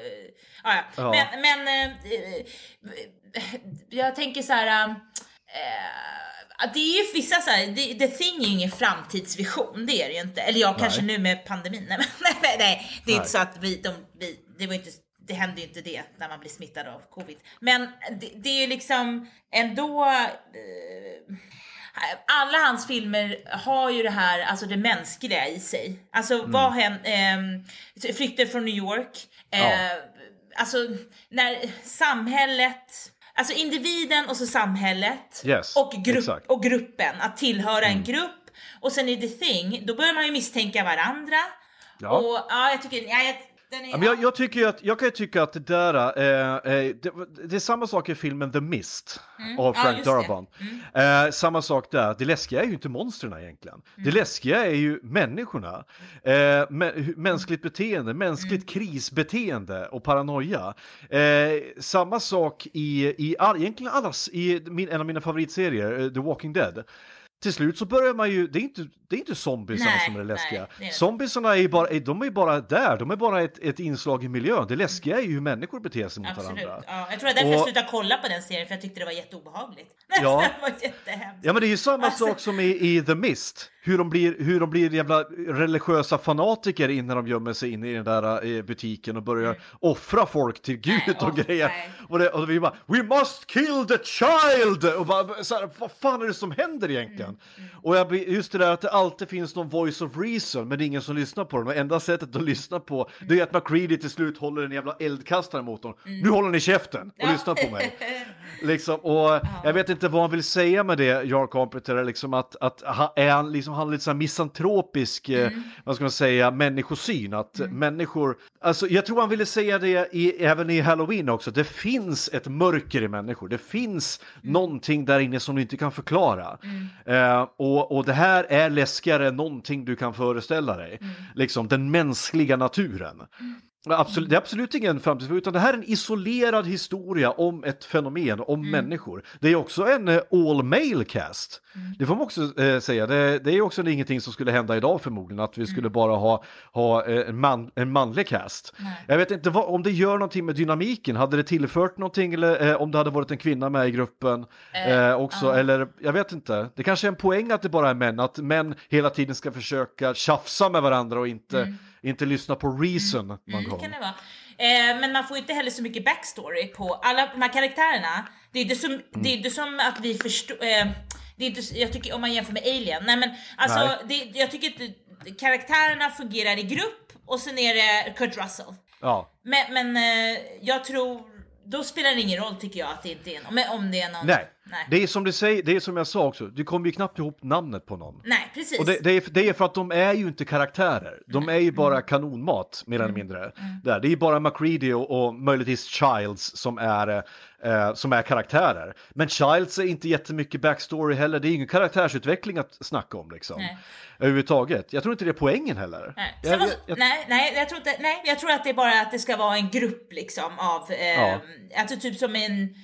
men jag tänker så här, det är ju vissa så här, The Thing är ju ingen framtidsvision, det är det ju inte. Eller kanske nu med pandemin. Nej, det är inte så att det händer ju inte det när man blir smittad av covid. Men det är ju liksom ändå alla hans filmer har ju det här, alltså det mänskliga i sig. Alltså vad Flykten från New York. Alltså när samhället, alltså individen och så samhället och gruppen, att tillhöra en grupp. Och sen i The Thing, då börjar man ju misstänka varandra. Och jag tycker jag kan ju tycka att det där det är samma sak i filmen The Mist av Frank Darabont. Samma sak där. Det läskiga är ju inte monsterna egentligen. Det läskiga är ju människorna. Mänskligt beteende, mänskligt krisbeteende och paranoia. Samma sak i en av mina favoritserier, The Walking Dead. Till slut så börjar man ju, det Det är inte zombiesarna som är det läskiga. Nej, Zombiesarna är ju bara där. De är bara ett inslag i miljön. Det läskiga är ju hur människor beter sig mot varandra. Ja, jag tror att därför jag slutade kolla på den serien, för jag tyckte det var jätteobehagligt. Ja. Det var jättehemskt. Ja, men det är ju samma sak som i The Mist. Hur de blir jävla religiösa fanatiker innan de gömmer sig in i den där butiken och börjar offra folk till Gud och grejer. Och vi bara, we must kill the child! Och bara, så här, vad fan är det som händer egentligen? Och just det där att det alltid finns någon voice of reason, men det är ingen som lyssnar på dem. Och enda sättet att lyssna på, det är att MacReady till slut håller en jävla eldkastare mot dem. Nu håller ni käften och lyssnar på mig. Liksom, och jag vet inte vad han vill säga med det, John Carpenter, liksom att är han liksom han lite så här misantropisk, vad ska man säga, människosyn, att människor, alltså jag tror han ville säga det även i Halloween också, det finns ett mörker i människor, det finns någonting där inne som du inte kan förklara, och det här är läskigare än någonting du kan föreställa dig, liksom den mänskliga naturen. Absolut, det är absolut ingen framtidsfråga, utan det här är en isolerad historia om ett fenomen, om människor. Det är också en all-male cast. Det får man också säga. Det är också ingenting som skulle hända idag förmodligen, att vi skulle bara ha en manlig cast. Jag vet inte om det gör någonting med dynamiken. Hade det tillfört någonting, eller om det hade varit en kvinna med i gruppen också, eller jag vet inte. Det kanske är en poäng att det bara är män, att män hela tiden ska försöka tjafsa med varandra och inte lyssna på reason någon gång. Kan det vara. Men man får inte heller så mycket backstory på alla de här karaktärerna. Det är inte som att vi förstår. Det är inte, jag tycker, om man jämför med Alien. Nej, men alltså, jag tycker att karaktärerna fungerar i grupp, och sen är det Kurt Russell. Ja. Men jag tror, då spelar det ingen roll, tycker jag, att det inte är någon. Om det är någon. Nej. Det är som du säger, det är som jag sa också. Du kommer ju knappt ihop namnet på någon. Nej, precis. Och det är för att de är ju inte karaktärer. De är ju bara kanonmat, mer eller mindre. Det är ju bara MacReady och möjligtvis Childs som är karaktärer. Men Childs är inte jättemycket backstory heller. Det är ingen karaktärsutveckling att snacka om, liksom. Nej. Överhuvudtaget. Jag tror inte det är poängen heller. Nej. Jag tror att det är bara att det ska vara en grupp, liksom, av alltså typ som en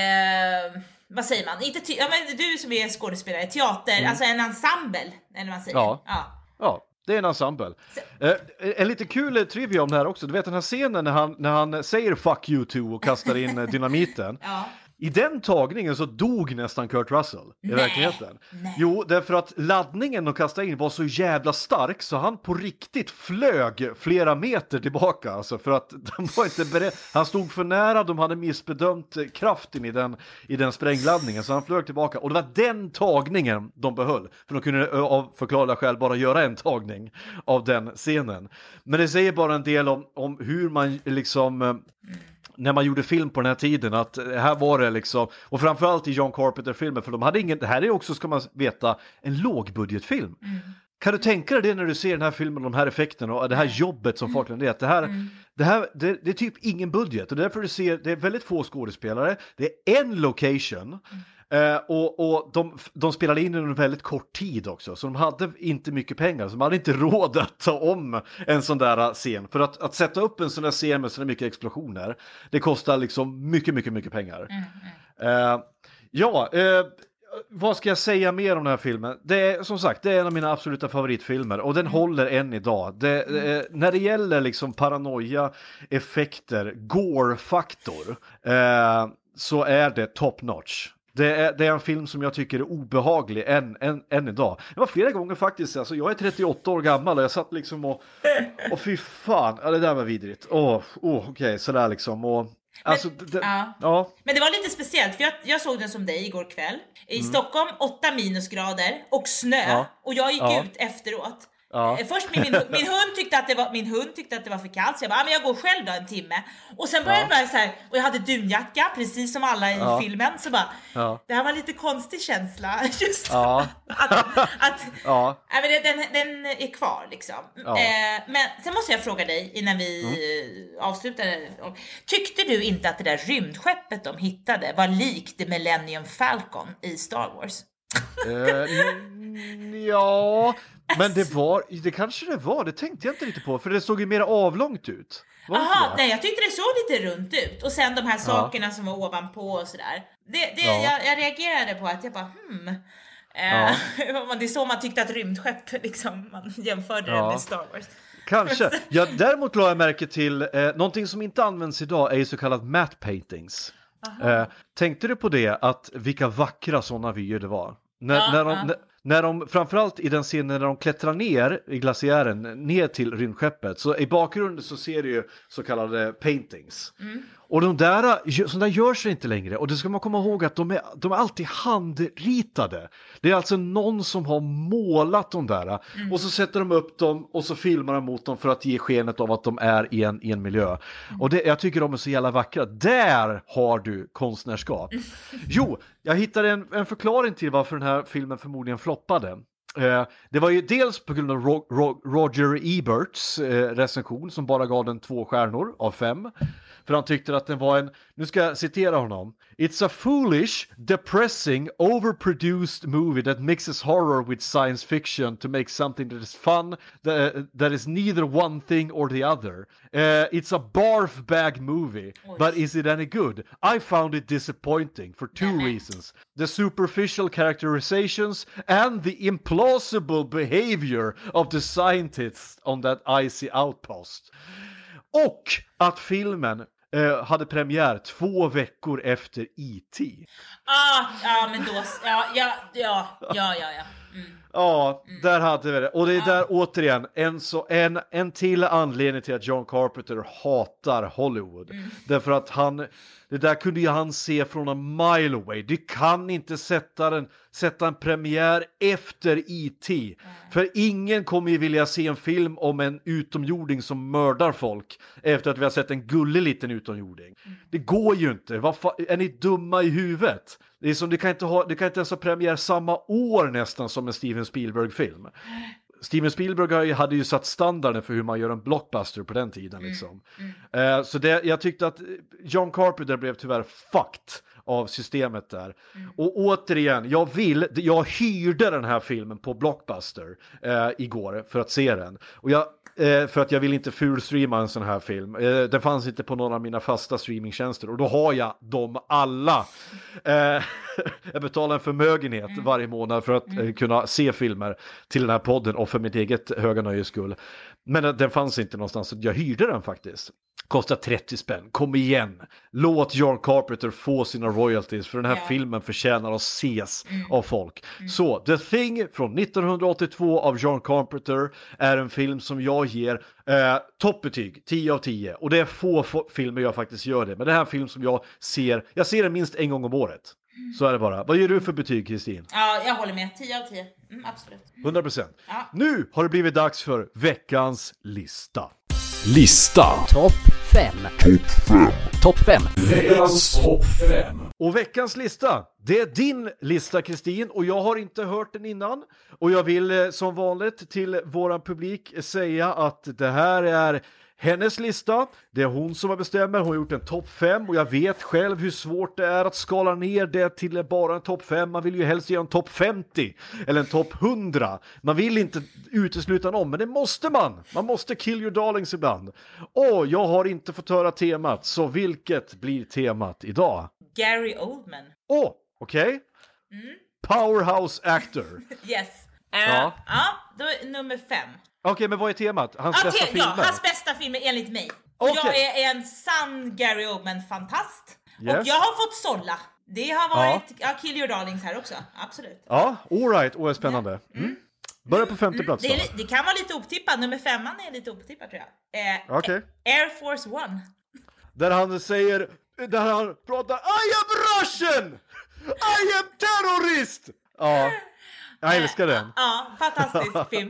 vad säger man? Men du som är skådespelare, teater, alltså en ensemble, eller vad säger man? Ja, det är en ensemble. En lite kul trivia om det här också. Du vet den här scenen när han säger fuck you to och kastar in dynamiten. I den tagningen så dog nästan Kurt Russell i verkligheten. Nej. Jo, därför att laddningen att kasta in var så jävla stark så han på riktigt flög flera meter tillbaka. Alltså, för att de var inte beredda. Han stod för nära, de hade missbedömt kraften i den sprängladdningen, så han flög tillbaka. Och det var den tagningen de behöll. För de kunde av förklarliga skäl bara göra en tagning av den scenen. Men det säger bara en del om hur man liksom... när man gjorde film på den här tiden, att här var det liksom, och framförallt i John Carpenter-filmer, för de hade det här är också, ska man veta, en lågbudgetfilm. Kan du tänka dig det när du ser den här filmen, de här effekterna och det här jobbet som folk det är typ ingen budget, och därför du ser, det är väldigt få skådespelare, det är en location. Och de spelade in under en väldigt kort tid också, så de hade inte mycket pengar, så de hade inte råd att ta om en sån där scen, för att sätta upp en sån där scen med så mycket explosioner, det kostar liksom mycket pengar. Vad ska jag säga mer om den här filmen? Det är, som sagt, det är en av mina absoluta favoritfilmer, och den håller än idag. När det gäller liksom paranoia, effekter, gore-faktor, så är det top notch. Det är en film som jag tycker är obehaglig än idag. Det var flera gånger faktiskt. Alltså, jag är 38 år gammal och jag satt liksom och fy fan, det där var vidrigt. Okej, sådär liksom. Och, alltså, Men det var lite speciellt, för jag såg den som dig igår kväll. I Stockholm 8 minusgrader och snö. Och jag gick ut efteråt. Först min hund tyckte att det var för kallt, så jag bara, men jag går själv då en timme. Och sen började jag bara så här, och jag hade dunjacka precis som alla i filmen, så bara det här var en lite konstig känsla just att den är kvar liksom. Men sen måste jag fråga dig innan vi avslutar. Tyckte du inte att det där rymdskeppet de hittade var likt The Millennium Falcon i Star Wars? Men det kanske det var, det tänkte jag inte riktigt på, för det såg ju mer avlångt ut. Nej, jag tyckte det såg lite runt ut, och sen de här sakerna som var ovanpå och sådär. Jag reagerade på att jag bara Det är så man tyckte att rymdskepp liksom, man jämförde det med Star Wars. Kanske. Däremot la jag märke till någonting som inte används idag är ju så kallat matte paintings. Tänkte du på det, att vilka vackra sådana vyer det var? När de, framförallt i den scenen när de klättrar ner i glaciären, ner till rymdskeppet, så i bakgrunden så ser du ju så kallade paintings. Och sådana där görs inte längre. Och det ska man komma ihåg att de är alltid handritade. Det är alltså någon som har målat dem där. Och så sätter de upp dem och så filmar de mot dem för att ge skenet av att de är i en miljö. Och jag tycker de är så jävla vackra. Där har du konstnärskap. Jo, jag hittade en förklaring till varför den här filmen förmodligen floppade. Det var ju dels på grund av Roger Eberts recension som bara gav den 2 stjärnor av 5. För han tyckte att den var nu ska jag citera honom. It's a foolish, depressing, overproduced movie that mixes horror with science fiction to make something that is fun, that is neither one thing or the other. It's a barf bag movie, but is it any good? I found it disappointing for 2 reasons. The superficial characterizations and the implausible behavior of the scientists on that icy outpost. Och att filmen hade premiär 2 veckor efter E.T. Men då... Ja. Ja, där hade vi det. Och det är där återigen en till anledning till att John Carpenter hatar Hollywood. Därför att det där kunde ju han se från en mile away. Du kan inte sätta en premiär efter E.T. För ingen kommer ju vilja se en film om en utomjording som mördar folk efter att vi har sett en gullig liten utomjording. Det går ju inte. Är ni dumma i huvudet? Det är som du kan inte ens ha premiär samma år nästan som en Steven Spielberg-film. Steven Spielberg hade ju satt standarden för hur man gör en blockbuster på den tiden liksom. Så jag tyckte att John Carpenter blev tyvärr fucked av systemet där. Och återigen, jag hyrde den här filmen på Blockbuster igår för att se den. Och för att jag vill inte fulstreama en sån här film. Den fanns inte på några av mina fasta streamingtjänster. Och då har jag dem alla. Jag betalar en förmögenhet varje månad för att kunna se filmer till den här podden och för mitt eget höga nöjes skull. Men den fanns inte någonstans, så jag hyrde den faktiskt. Kostar 30 spänn. Kom igen. Låt John Carpenter få sina royalties, för den här filmen förtjänar att ses av folk. Så The Thing från 1982 av John Carpenter är en film som jag ger toppbetyg, 10 av 10. Och det är få filmer jag faktiskt gör det. Men det här är en film som jag ser den minst en gång om året. Så är det bara. Vad ger du för betyg, Kristin? Ja, jag håller med. 10 av 10. Absolut. 100%. Ja. Nu har det blivit dags för veckans lista. Topp 5. Topp 5. Veckans topp 5. Och veckans lista, det är din lista, Kristin. Och jag har inte hört den innan. Och jag vill som vanligt till våran publik säga att det här är hennes lista. Det är hon som har bestämt. Hon har gjort en topp 5 och jag vet själv hur svårt det är att skala ner det till bara en topp 5. Man vill ju helst göra en topp 50 eller en topp 100. Man vill inte utesluta någon, men det måste man. Man måste kill your darlings ibland. Och jag har inte fått höra temat, så vilket blir temat idag? Gary Oldman. Okej. Powerhouse actor. Yes. Då är nummer 5. Okej, men vad är temat? Hans bästa filmer? Ja, hans bästa filmer enligt mig. Och jag är en sann Gary Oldman-fantast. Yes. Och jag har fått sålla. Det har varit Kill Your Darlings här också, absolut. Ja, all right. Spännande. Börja på 5:e plats då. Det kan vara lite optippad. Nummer 5 är lite optippad, tror jag. Okej. Air Force One. Där han pratar I am Russian! I am terrorist! Ja. Jag älskar den. Ja, fantastisk film.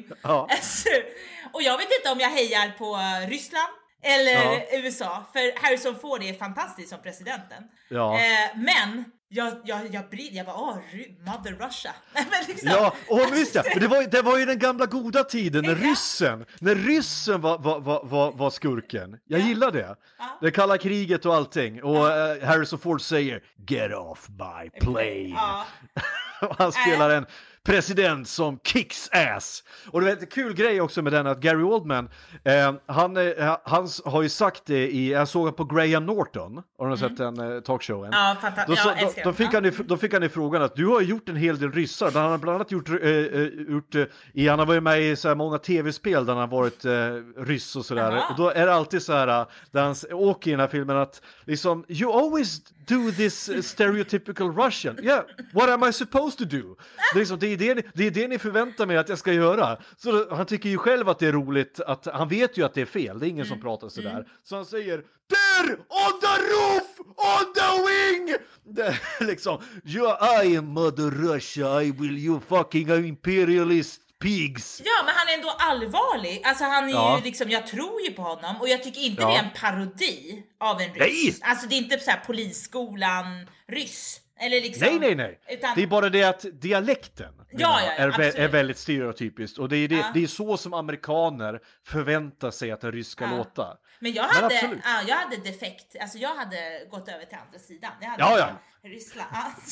Och jag vet inte om jag hejar på Ryssland eller USA, för Harrison Ford är fantastisk som presidenten. Men jag bara, Mother Russia. Liksom. Ja, och visst det var ju den gamla goda tiden när ryssen var skurken. Jag gillar det. Det kalla kriget och allting. Och Harrison Ford säger get off my plane. Han spelar en president som kicks ass. Och det är en kul grej också med den att Gary Oldman, han har ju sagt det jag såg på Graham Norton, har du sett den talkshowen? Ja, då fick han i frågan att du har gjort en hel del ryssar, där han har bland annat gjort han har varit med i så här många tv-spel där han har varit ryss och sådär. Och då är det alltid så här, där han åker i den här filmen att liksom, you always do this stereotypical Russian. Yeah, what am I supposed to do? Det är det ni förväntar mig att jag ska göra. Så han tycker ju själv att det är roligt, att han vet ju att det är fel. Det är ingen som pratar sådär. Så han säger, there on the roof, on the wing! Liksom, I am Mother Russia, I will you fucking imperialist pigs. Ja, men han är ändå allvarlig. Alltså han är ju liksom, jag tror ju på honom. Och jag tycker inte det är en parodi av en ryss. Nej! Alltså det är inte så här polisskolan ryss. Eller liksom, nej. Utan... Det är bara det att dialekten är väldigt stereotypiskt. Och det är så som amerikaner förväntar sig att en ryss ska låta. Men jag hade defekt. Alltså jag hade gått över till andra sidan. Jag hade Ryssland.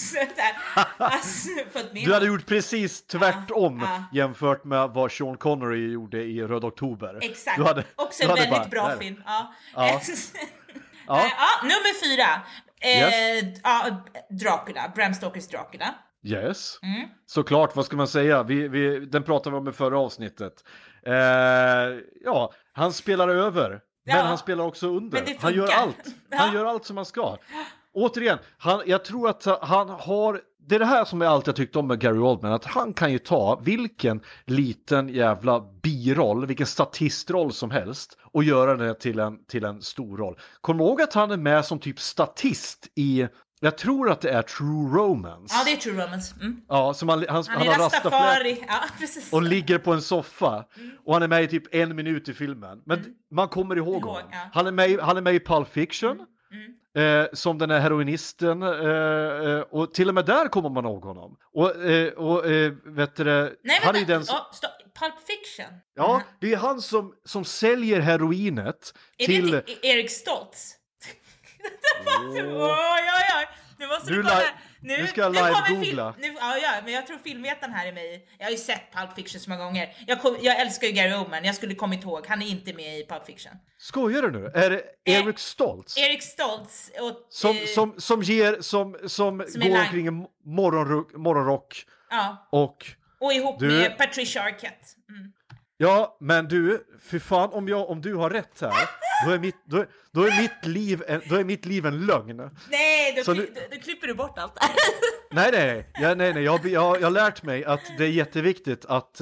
Du hade gjort precis tvärtom jämfört med vad Sean Connery gjorde i Röd Oktober. Exakt. Också en väldigt bra film. Nummer 4. Dracula. Bram Stokers Dracula. Yes. Såklart, vad ska man säga? Den pratade vi om i förra avsnittet. Han spelar över. Men han spelar också under. Han gör allt. Han gör allt som han ska. Återigen, jag tror att han har... Det är det här som är allt jag tyckte om med Gary Oldman. Att han kan ju ta vilken liten jävla biroll, vilken statistroll som helst och göra det till en stor roll. Kom ihåg att han är med som typ statist i... Jag tror att det är True Romance. Ja, det är True Romance. Ja, som han har rastaflätt och ligger på en soffa. Och han är med i typ 1 minut i filmen. Men man kommer ihåg honom. Ja. Han är med i Pulp Fiction. Som den här heroinisten. Och till och med där kommer man ihåg honom. Och vet du det? Nej, han är den som... Pulp Fiction? Ja, det är han som säljer heroinet till... Är det Eric Stoltz? Nu måste du kolla. Nu ska jag live-googla. Men jag tror filmvetaren här är mig. Jag har ju sett Pulp Fiction så många gånger. Jag älskar ju Gary Oldman. Jag skulle kommit ihåg. Han är inte med i Pulp Fiction. Skojar du nu? Är det Eric Stoltz? Eric Stoltz. Som går omkring en morgonrock. Ja. Och ihop med Patricia Arquette. Ja, men du, för fan, om du har rätt här, då är mitt liv en lögn. Nej, då klipper du bort allt. Nej. Jag har lärt mig att det är jätteviktigt att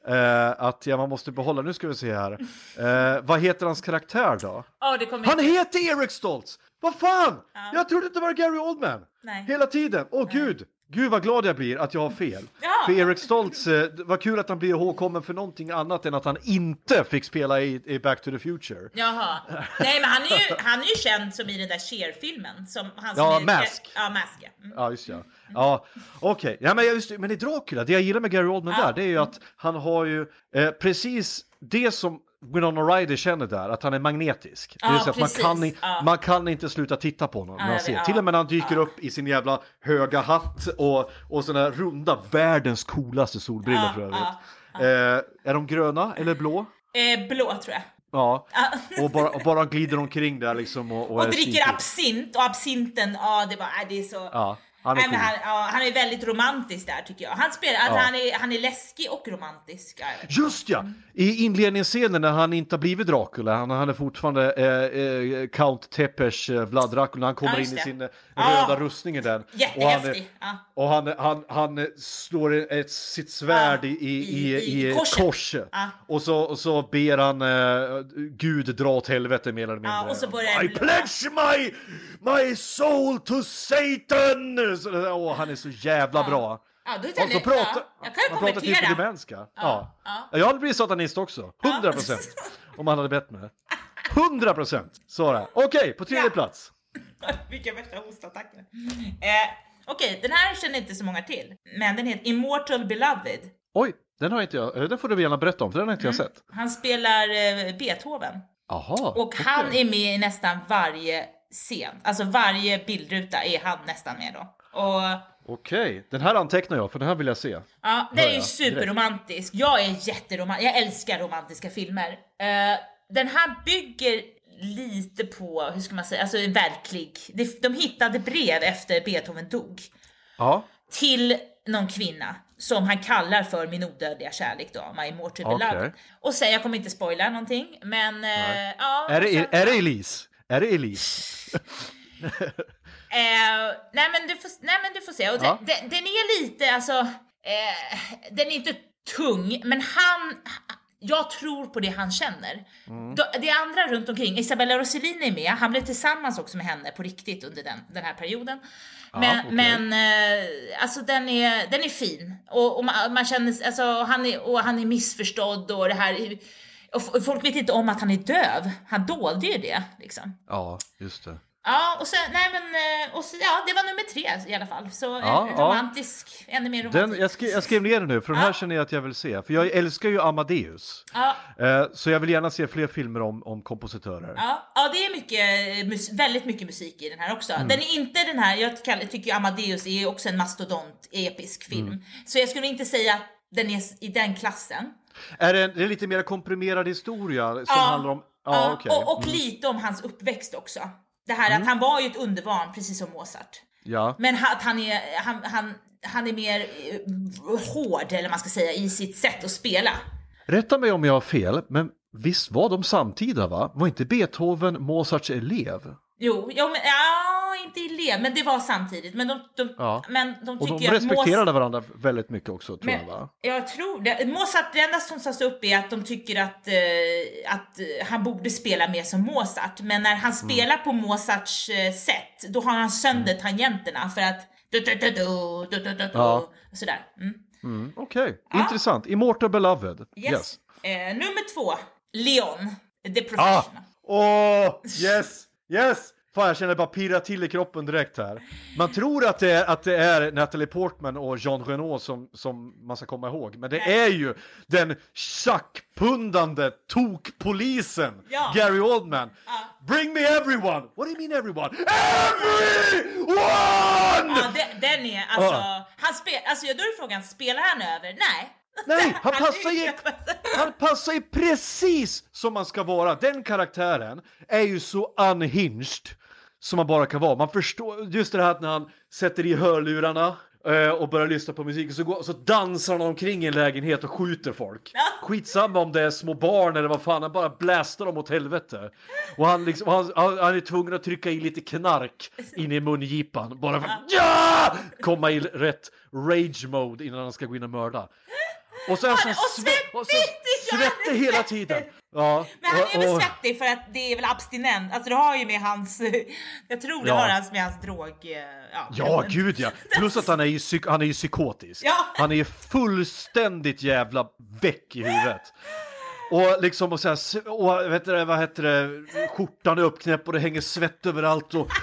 man måste behålla. Nu ska vi se här. Vad heter hans karaktär då? Han heter Eric Stoltz. Vad fan? Ja. Jag trodde det var Gary Oldman. Nej. Hela tiden. Gud vad glad jag blir att jag har fel. Ja. För Eric Stoltz, vad kul att han blir ihågkommen för någonting annat än att han inte fick spela i Back to the Future. Jaha. Nej, men han är ju känd som i den där Cher-filmen. Mask. Ja, Mask. Ja, just det. Ja, okej. Ja, men i Dracula, det jag gillar med Gary Oldman där, det är ju att han har ju precis det som Winona Ryder känner där, att han är magnetisk. Det är så att man kan inte sluta titta på honom när man ser. Till och med när han dyker upp i sin jävla höga hatt och såna här runda, världens coolaste solbrillor för övrigt. Är de gröna eller blå? Blå tror jag. Ja, och bara glider omkring där liksom. Och dricker absint, och absinten, det är så... Ja. Han är väldigt romantisk där tycker jag. Han spelar han är läskig och romantisk. Just ja. I inledningsscenen när han inte har blivit Dracula, han är fortfarande Count Tepesh Vlad Dracula, när han kommer in i sin röda rustning där. Jättehäftig. Och han slår sitt svärd i korset. Och så ber han Gud dra åt helvete mer eller mindre. Och så börjar I pledge my soul to Satan. Han är så jävla bra. Ja, då jag kan konvertera. Rumänska. Jag hade blivit satanist också. 100%. Om han hade bett mig. 100%. Så där. Okej, på tredje plats. Vilka värsta hostattacker. Okej, den här känner inte så många till. Men den heter Immortal Beloved. Oj, den har inte jag. Den får du gärna berätta om, för den har inte jag sett. Han spelar Beethoven. Aha. Och han är med i nästan varje scen. Alltså varje bildruta är han nästan med då. Och Okej, den här antecknar jag för den här vill jag se. Ja, den är ju superromantisk. Jag är jätteromantisk. Jag älskar romantiska filmer. Den här bygger lite på, hur ska man säga, alltså en verklig. De hittade brev efter Beethoven dog. Ja. Till någon kvinna som han kallar för min odödliga kärlek då, My Immortal Beloved. Och sen, jag kommer inte spoila någonting, men ja. Är det Elise? Är det Elise? Nej men du får se. Och den är lite, alltså den är inte tung, men jag tror på det han känner. Det är andra runt omkring. Isabella Rossellini är med. Han blev tillsammans också med henne på riktigt under den här perioden. Men alltså den är fin. Och man känner, alltså han är missförstådd och det här. Och folk vet inte om att han är döv. Han dolde ju det liksom. Ja, just det. Ja, och så det var nummer 3 i alla fall. Så romantisk, ännu mer romantisk. Jag skrev ner det nu, för den här känner jag att jag vill se. För jag älskar ju Amadeus. Så jag vill gärna se fler filmer om kompositörer. Ja, det är väldigt mycket musik i den här också. Den är inte den här, jag tycker Amadeus är också en mastodont-episk film. Så jag skulle inte säga att den är i den klassen. Är det lite mer komprimerad historia som handlar om... Och lite om hans uppväxt också. Det här att han var ju ett underbarn, precis som Mozart. Ja. Men att han är mer hård, eller man ska säga, i sitt sätt att spela. Rätta mig om jag har fel, men visst var de samtida, va? Var inte Beethoven Mozarts elev? Jo, men, inte elev, men det var samtidigt. Men de tycker och de respekterade varandra väldigt mycket också, tror jag, va? Jag tror det. Mozart, det enda som tas upp är att de tycker att han borde spela mer som Mozart. Men när han spelar på Mozarts sätt, då har han sönder tangenterna för att och sådär. Okej. Intressant. Immortal Beloved. Yes. Nummer 2, Leon, The Professional. Yes. Fan, jag känner bara pirra till i kroppen direkt här. Man tror att det är Natalie Portman och Jean Reno som man ska komma ihåg. Men det är ju den tjackpundande tokpolisen, Gary Oldman. Bring me everyone! What do you mean everyone? Everyone! Ja, den är, alltså... då är frågan, spelar han över? Nej, han passar ju precis som man ska vara. Den karaktären är ju så unhinged som man bara kan vara. Man förstår just det här att när han sätter i hörlurarna och börjar lyssna på musik och så dansar han omkring i en lägenhet och skjuter folk. Skitsamma om det är små barn eller vad fan, han bara blästar dem åt helvete. Och han är tvungen att trycka i lite knark in i mungipan bara för att komma i rätt rage mode innan han ska gå in och mörda. Och så svettig hela tiden. Ja, men han är väl svettig för att det är väl abstinent. Alltså det har ju med hans... Jag tror det har med hans drog... Gud ja. Plus att han är ju psykotisk. Ja. Han är ju fullständigt jävla väck i huvudet. Och liksom vad heter det, skjortan är uppknäppt och det hänger svett överallt och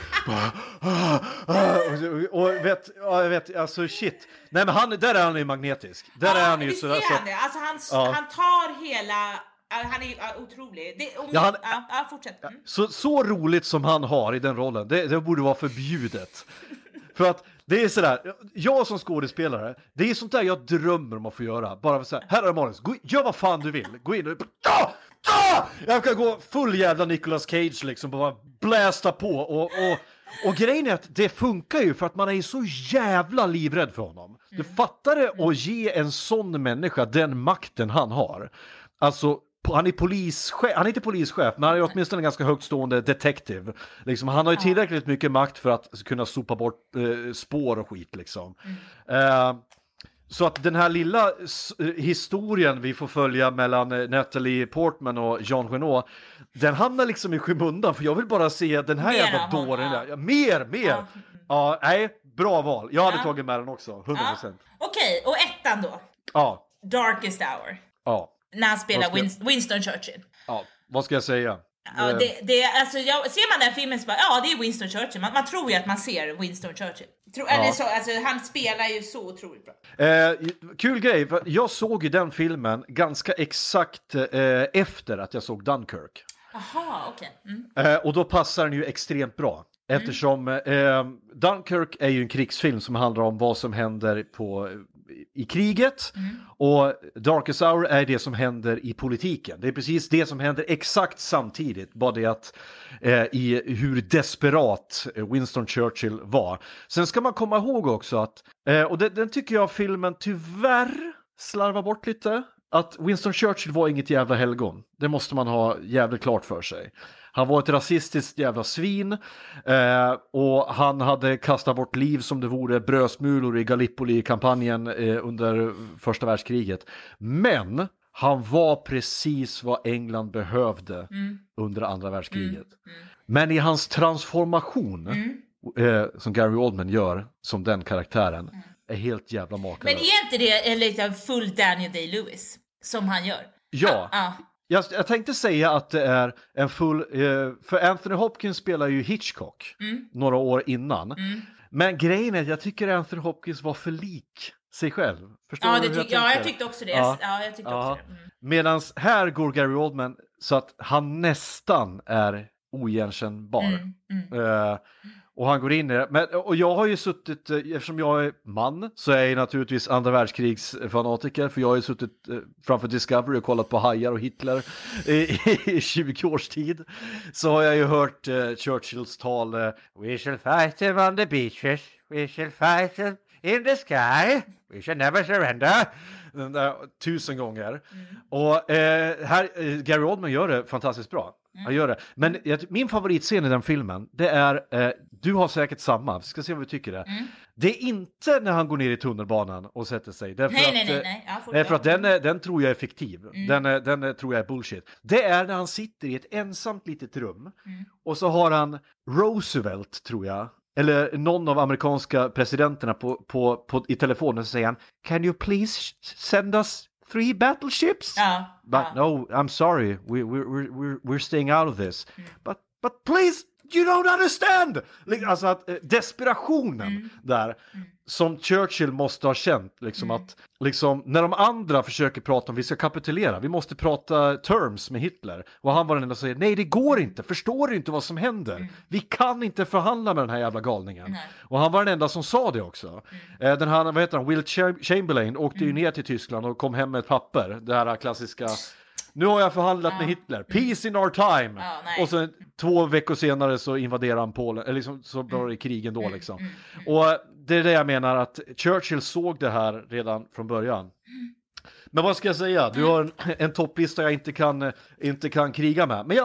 alltså shit. Nej, men där är han ju magnetisk. Där är han ju så där, alltså han tar hela, han är otrolig. Fortsätt. Så roligt som han har i den rollen. Det borde vara förbjudet. För att det är sådär, jag som skådespelare, det är sånt där jag drömmer om att få göra. Bara så här är Morris, gör vad fan du vill. Gå in och jag kan gå full jävla Nicolas Cage liksom, bara blästa på och grejen är att det funkar ju för att man är så jävla livrädd för honom. Du fattar det att ge en sån människa den makten han har. Alltså han är inte polischef, men han är åtminstone en ganska högtstående detective. Liksom, han har ju tillräckligt mycket makt för att kunna sopa bort spår och skit liksom. Så att den här lilla historien vi får följa mellan Natalie Portman och Jean Reno, den hamnar liksom i skymundan, för jag vill bara se den här jävla dåren där. Mer. Ja, nej, bra val. Jag hade tagit med den också, 100%. Okej, och ettan då? Ja. Darkest Hour. Ja. När han spelar Winston Churchill. Ja, vad ska jag säga? Ja, ser man den filmen så bara, det är Winston Churchill. Man tror ju att man ser Winston Churchill. Han spelar ju så otroligt bra. Kul grej, för jag såg ju den filmen ganska exakt efter att jag såg Dunkirk. Aha, okej. Och då passar den ju extremt bra. Eftersom Dunkirk är ju en krigsfilm som handlar om vad som händer i kriget. Och Darkest Hour är det som händer i politiken. Det är precis det som händer exakt samtidigt. Bara det att i hur desperat Winston Churchill var. Sen ska man komma ihåg också att, och den tycker jag filmen tyvärr slarvar bort lite. Att Winston Churchill var inget jävla helgon. Det måste man ha jävligt klart för sig. Han var ett rasistiskt jävla svin och han hade kastat bort liv som det vore brödsmulor i Gallipoli-kampanjen under första världskriget. Men han var precis vad England behövde under andra världskriget. Men i hans transformation som Gary Oldman gör som den karaktären är helt jävla makalös. Men är inte det lite full Daniel Day-Lewis som han gör? Ja. Jag tänkte säga att det är en full... för Anthony Hopkins spelar ju Hitchcock några år innan. Men grejen är att jag tycker Anthony Hopkins var för lik sig själv. Förstår du hur jag tänker? Jag tyckte också det. Jag tyckte också det. Medan här går Gary Oldman så att han nästan är oigenkännbar. Och han går in i det. Och jag har ju suttit, eftersom jag är man, så är jag naturligtvis andra världskrigsfanatiker. För jag har ju suttit framför Discovery och kollat på Hajar och Hitler i 20 års tid. Så har jag ju hört Churchills tal We shall fight them on the beaches. We shall fight them in the sky. We shall never surrender. Den där 1000 gånger. Och här, Gary Oldman gör det fantastiskt bra. Han gör det. Men min favoritscen i den filmen, det är, du har säkert samma, vi ska se vad vi tycker det. Det är inte när han går ner i tunnelbanan och sätter sig. Nej. För att den tror jag är fiktiv. Den tror jag är bullshit. Det är när han sitter i ett ensamt litet rum. Och så har han Roosevelt, tror jag. Eller någon av amerikanska presidenterna i telefonen, så säger han, can you please send us 3 battleships? But no, I'm sorry. We're staying out of this. But please, you don't understand. Alltså att desperationen där som Churchill måste ha känt liksom att liksom när de andra försöker prata om vi ska kapitulera, vi måste prata terms med Hitler, och han var den enda som säger nej, det går inte, förstår du inte vad som händer, vi kan inte förhandla med den här jävla galningen. Och han var den enda som sa det också. Den här, vad heter han, Will Chamberlain åkte ju ner till Tyskland och kom hem med ett papper, det här klassiska, nu har jag förhandlat med Hitler, peace in our time. Och så 2 veckor senare så invaderar han Polen, eller liksom, så börjar det krigen då liksom. Och det är det jag menar, att Churchill såg det här redan från början. Men vad ska jag säga? Du har en topplista jag inte kan kriga med. Men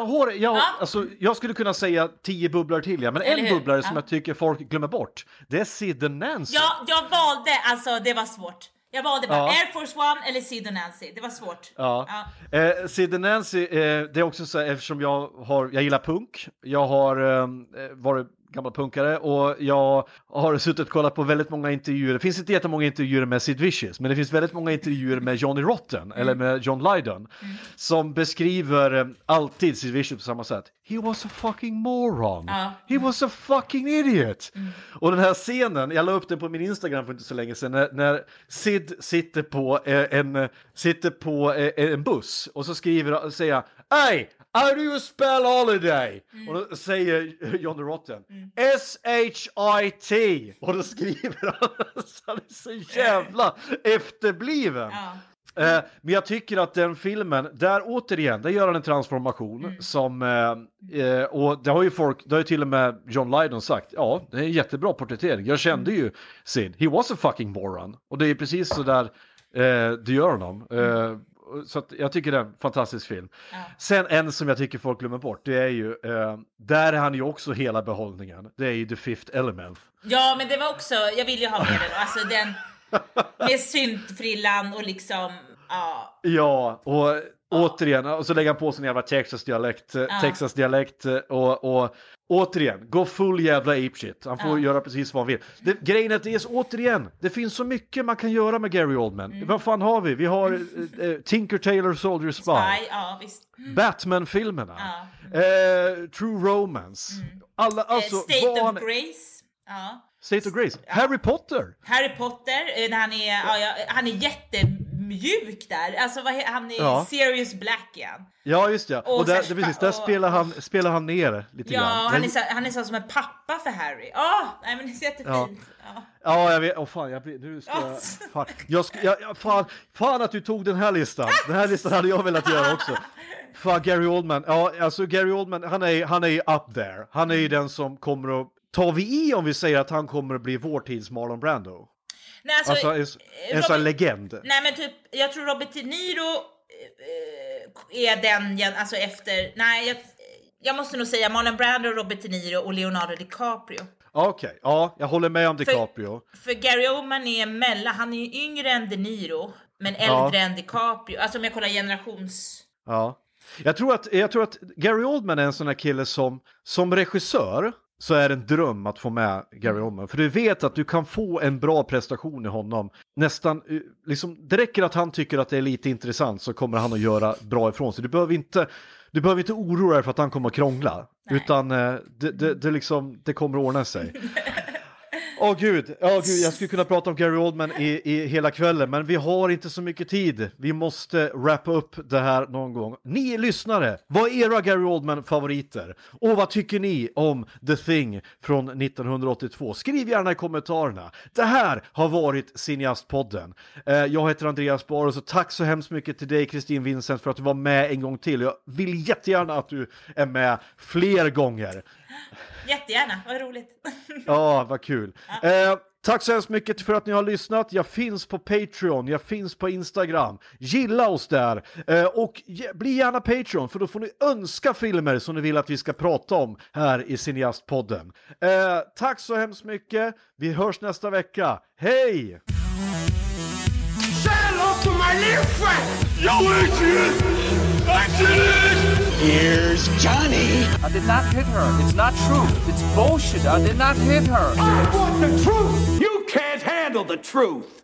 jag skulle kunna säga 10 bubblor till. Men en bubblare som jag tycker folk glömmer bort, det är Sid och Nancy. Ja, jag valde, alltså det var svårt. Jag valde bara Air Force One eller Sid och Nancy. Det var svårt. Sid och Nancy, det är också så, eftersom jag gillar punk. Jag har varit gammal punkare och jag har suttit och kollat på väldigt många intervjuer. Det finns inte jättemånga intervjuer med Sid Vicious, men det finns väldigt många intervjuer med Johnny Rotten eller med John Lydon som beskriver alltid Sid Vicious på samma sätt. He was a fucking moron. He was a fucking idiot. Och den här scenen, jag la upp den på min Instagram för inte så länge sedan, när Sid sitter på en buss och så säger han, hey, how do you spell holiday? Och då säger Johnny Rotten S-H-I-T. Och då skriver han så han är så jävla efterbliven. Men jag tycker att den filmen, där återigen, där gör han en transformation som, och det har ju till och med John Lydon sagt, ja, det är en jättebra porträttering. Jag kände ju Sid, he was a fucking moron. Och det är precis så där du gör honom. Så att jag tycker det är en fantastisk film. Sen en som jag tycker folk glömmer bort, det är ju där är han ju också hela behållningen. Det är ju The Fifth Element. Ja, men det var också, jag vill ju ha med den. Alltså den med syntfrillan och liksom ja, och återigen, och så lägger han på sin jävla Texas-dialekt och återigen, gå full jävla apeshit. Han får göra precis vad han vill. Grejen är att det är återigen, det finns så mycket man kan göra med Gary Oldman. Vad fan har vi? Vi har Tinker Tailor Soldier Spy. Batman-filmerna. True Romance. Alla, alltså, State of Grace. State of Grace. Harry Potter. När han är jättemysig mjuk där. Alltså han är Sirius Black igen. Ja, just det. Och där spelar han ner lite grann. Han är så som en pappa för Harry. Nej men det är jättefint. Ja, jag vet. Fan att du tog den här listan. Den här listan hade jag velat göra också. Fan, Gary Oldman. Ja, alltså Gary Oldman, han är up there. Han är ju den som kommer att ta i om vi säger att han kommer att bli vår tids Marlon Brando. Nej, alltså en sån legend. Nej, men typ, jag tror Robert De Niro är den, alltså efter, jag måste nog säga Marlon Brando, Robert De Niro och Leonardo DiCaprio. Okej, ja, jag håller med om DiCaprio. För Gary Oldman är emellan, han är ju yngre än De Niro, men äldre än DiCaprio. Alltså om jag kollar generations... Ja, jag tror att Gary Oldman är en sån här kille som regissör, så är det en dröm att få med Gary Oldman. För du vet att du kan få en bra prestation i honom. Nästan, liksom, det räcker att han tycker att det är lite intressant så kommer han att göra bra ifrån sig. Du behöver inte oroa dig för att han kommer att krångla. Nej. Utan det kommer att ordna sig. Åh gud, jag skulle kunna prata om Gary Oldman i hela kvällen, men vi har inte så mycket tid. Vi måste wrappa upp det här någon gång. Ni lyssnare, vad är era Gary Oldman-favoriter? Och vad tycker ni om The Thing från 1982? Skriv gärna i kommentarerna. Det här har varit Cineastpodden. Jag heter Andreas Bar, och så tack så hemskt mycket till dig, Kristin Vincent, för att du var med en gång till. Jag vill jättegärna att du är med fler gånger. Jättegärna, vad roligt. Ja, vad kul. Tack så hemskt mycket för att ni har lyssnat. Jag finns på Patreon, jag finns på Instagram. Gilla oss där. Och bli gärna Patreon, för då får ni önska filmer som ni vill att vi ska prata om här i Cineastpodden. Tack så hemskt mycket. Vi hörs nästa vecka. Hej! Say hello to my little friend! Yo, Adrian! Adrian! Here's Johnny. I did not hit her. It's not true. It's bullshit. I did not hit her. I want the truth! You can't handle the truth!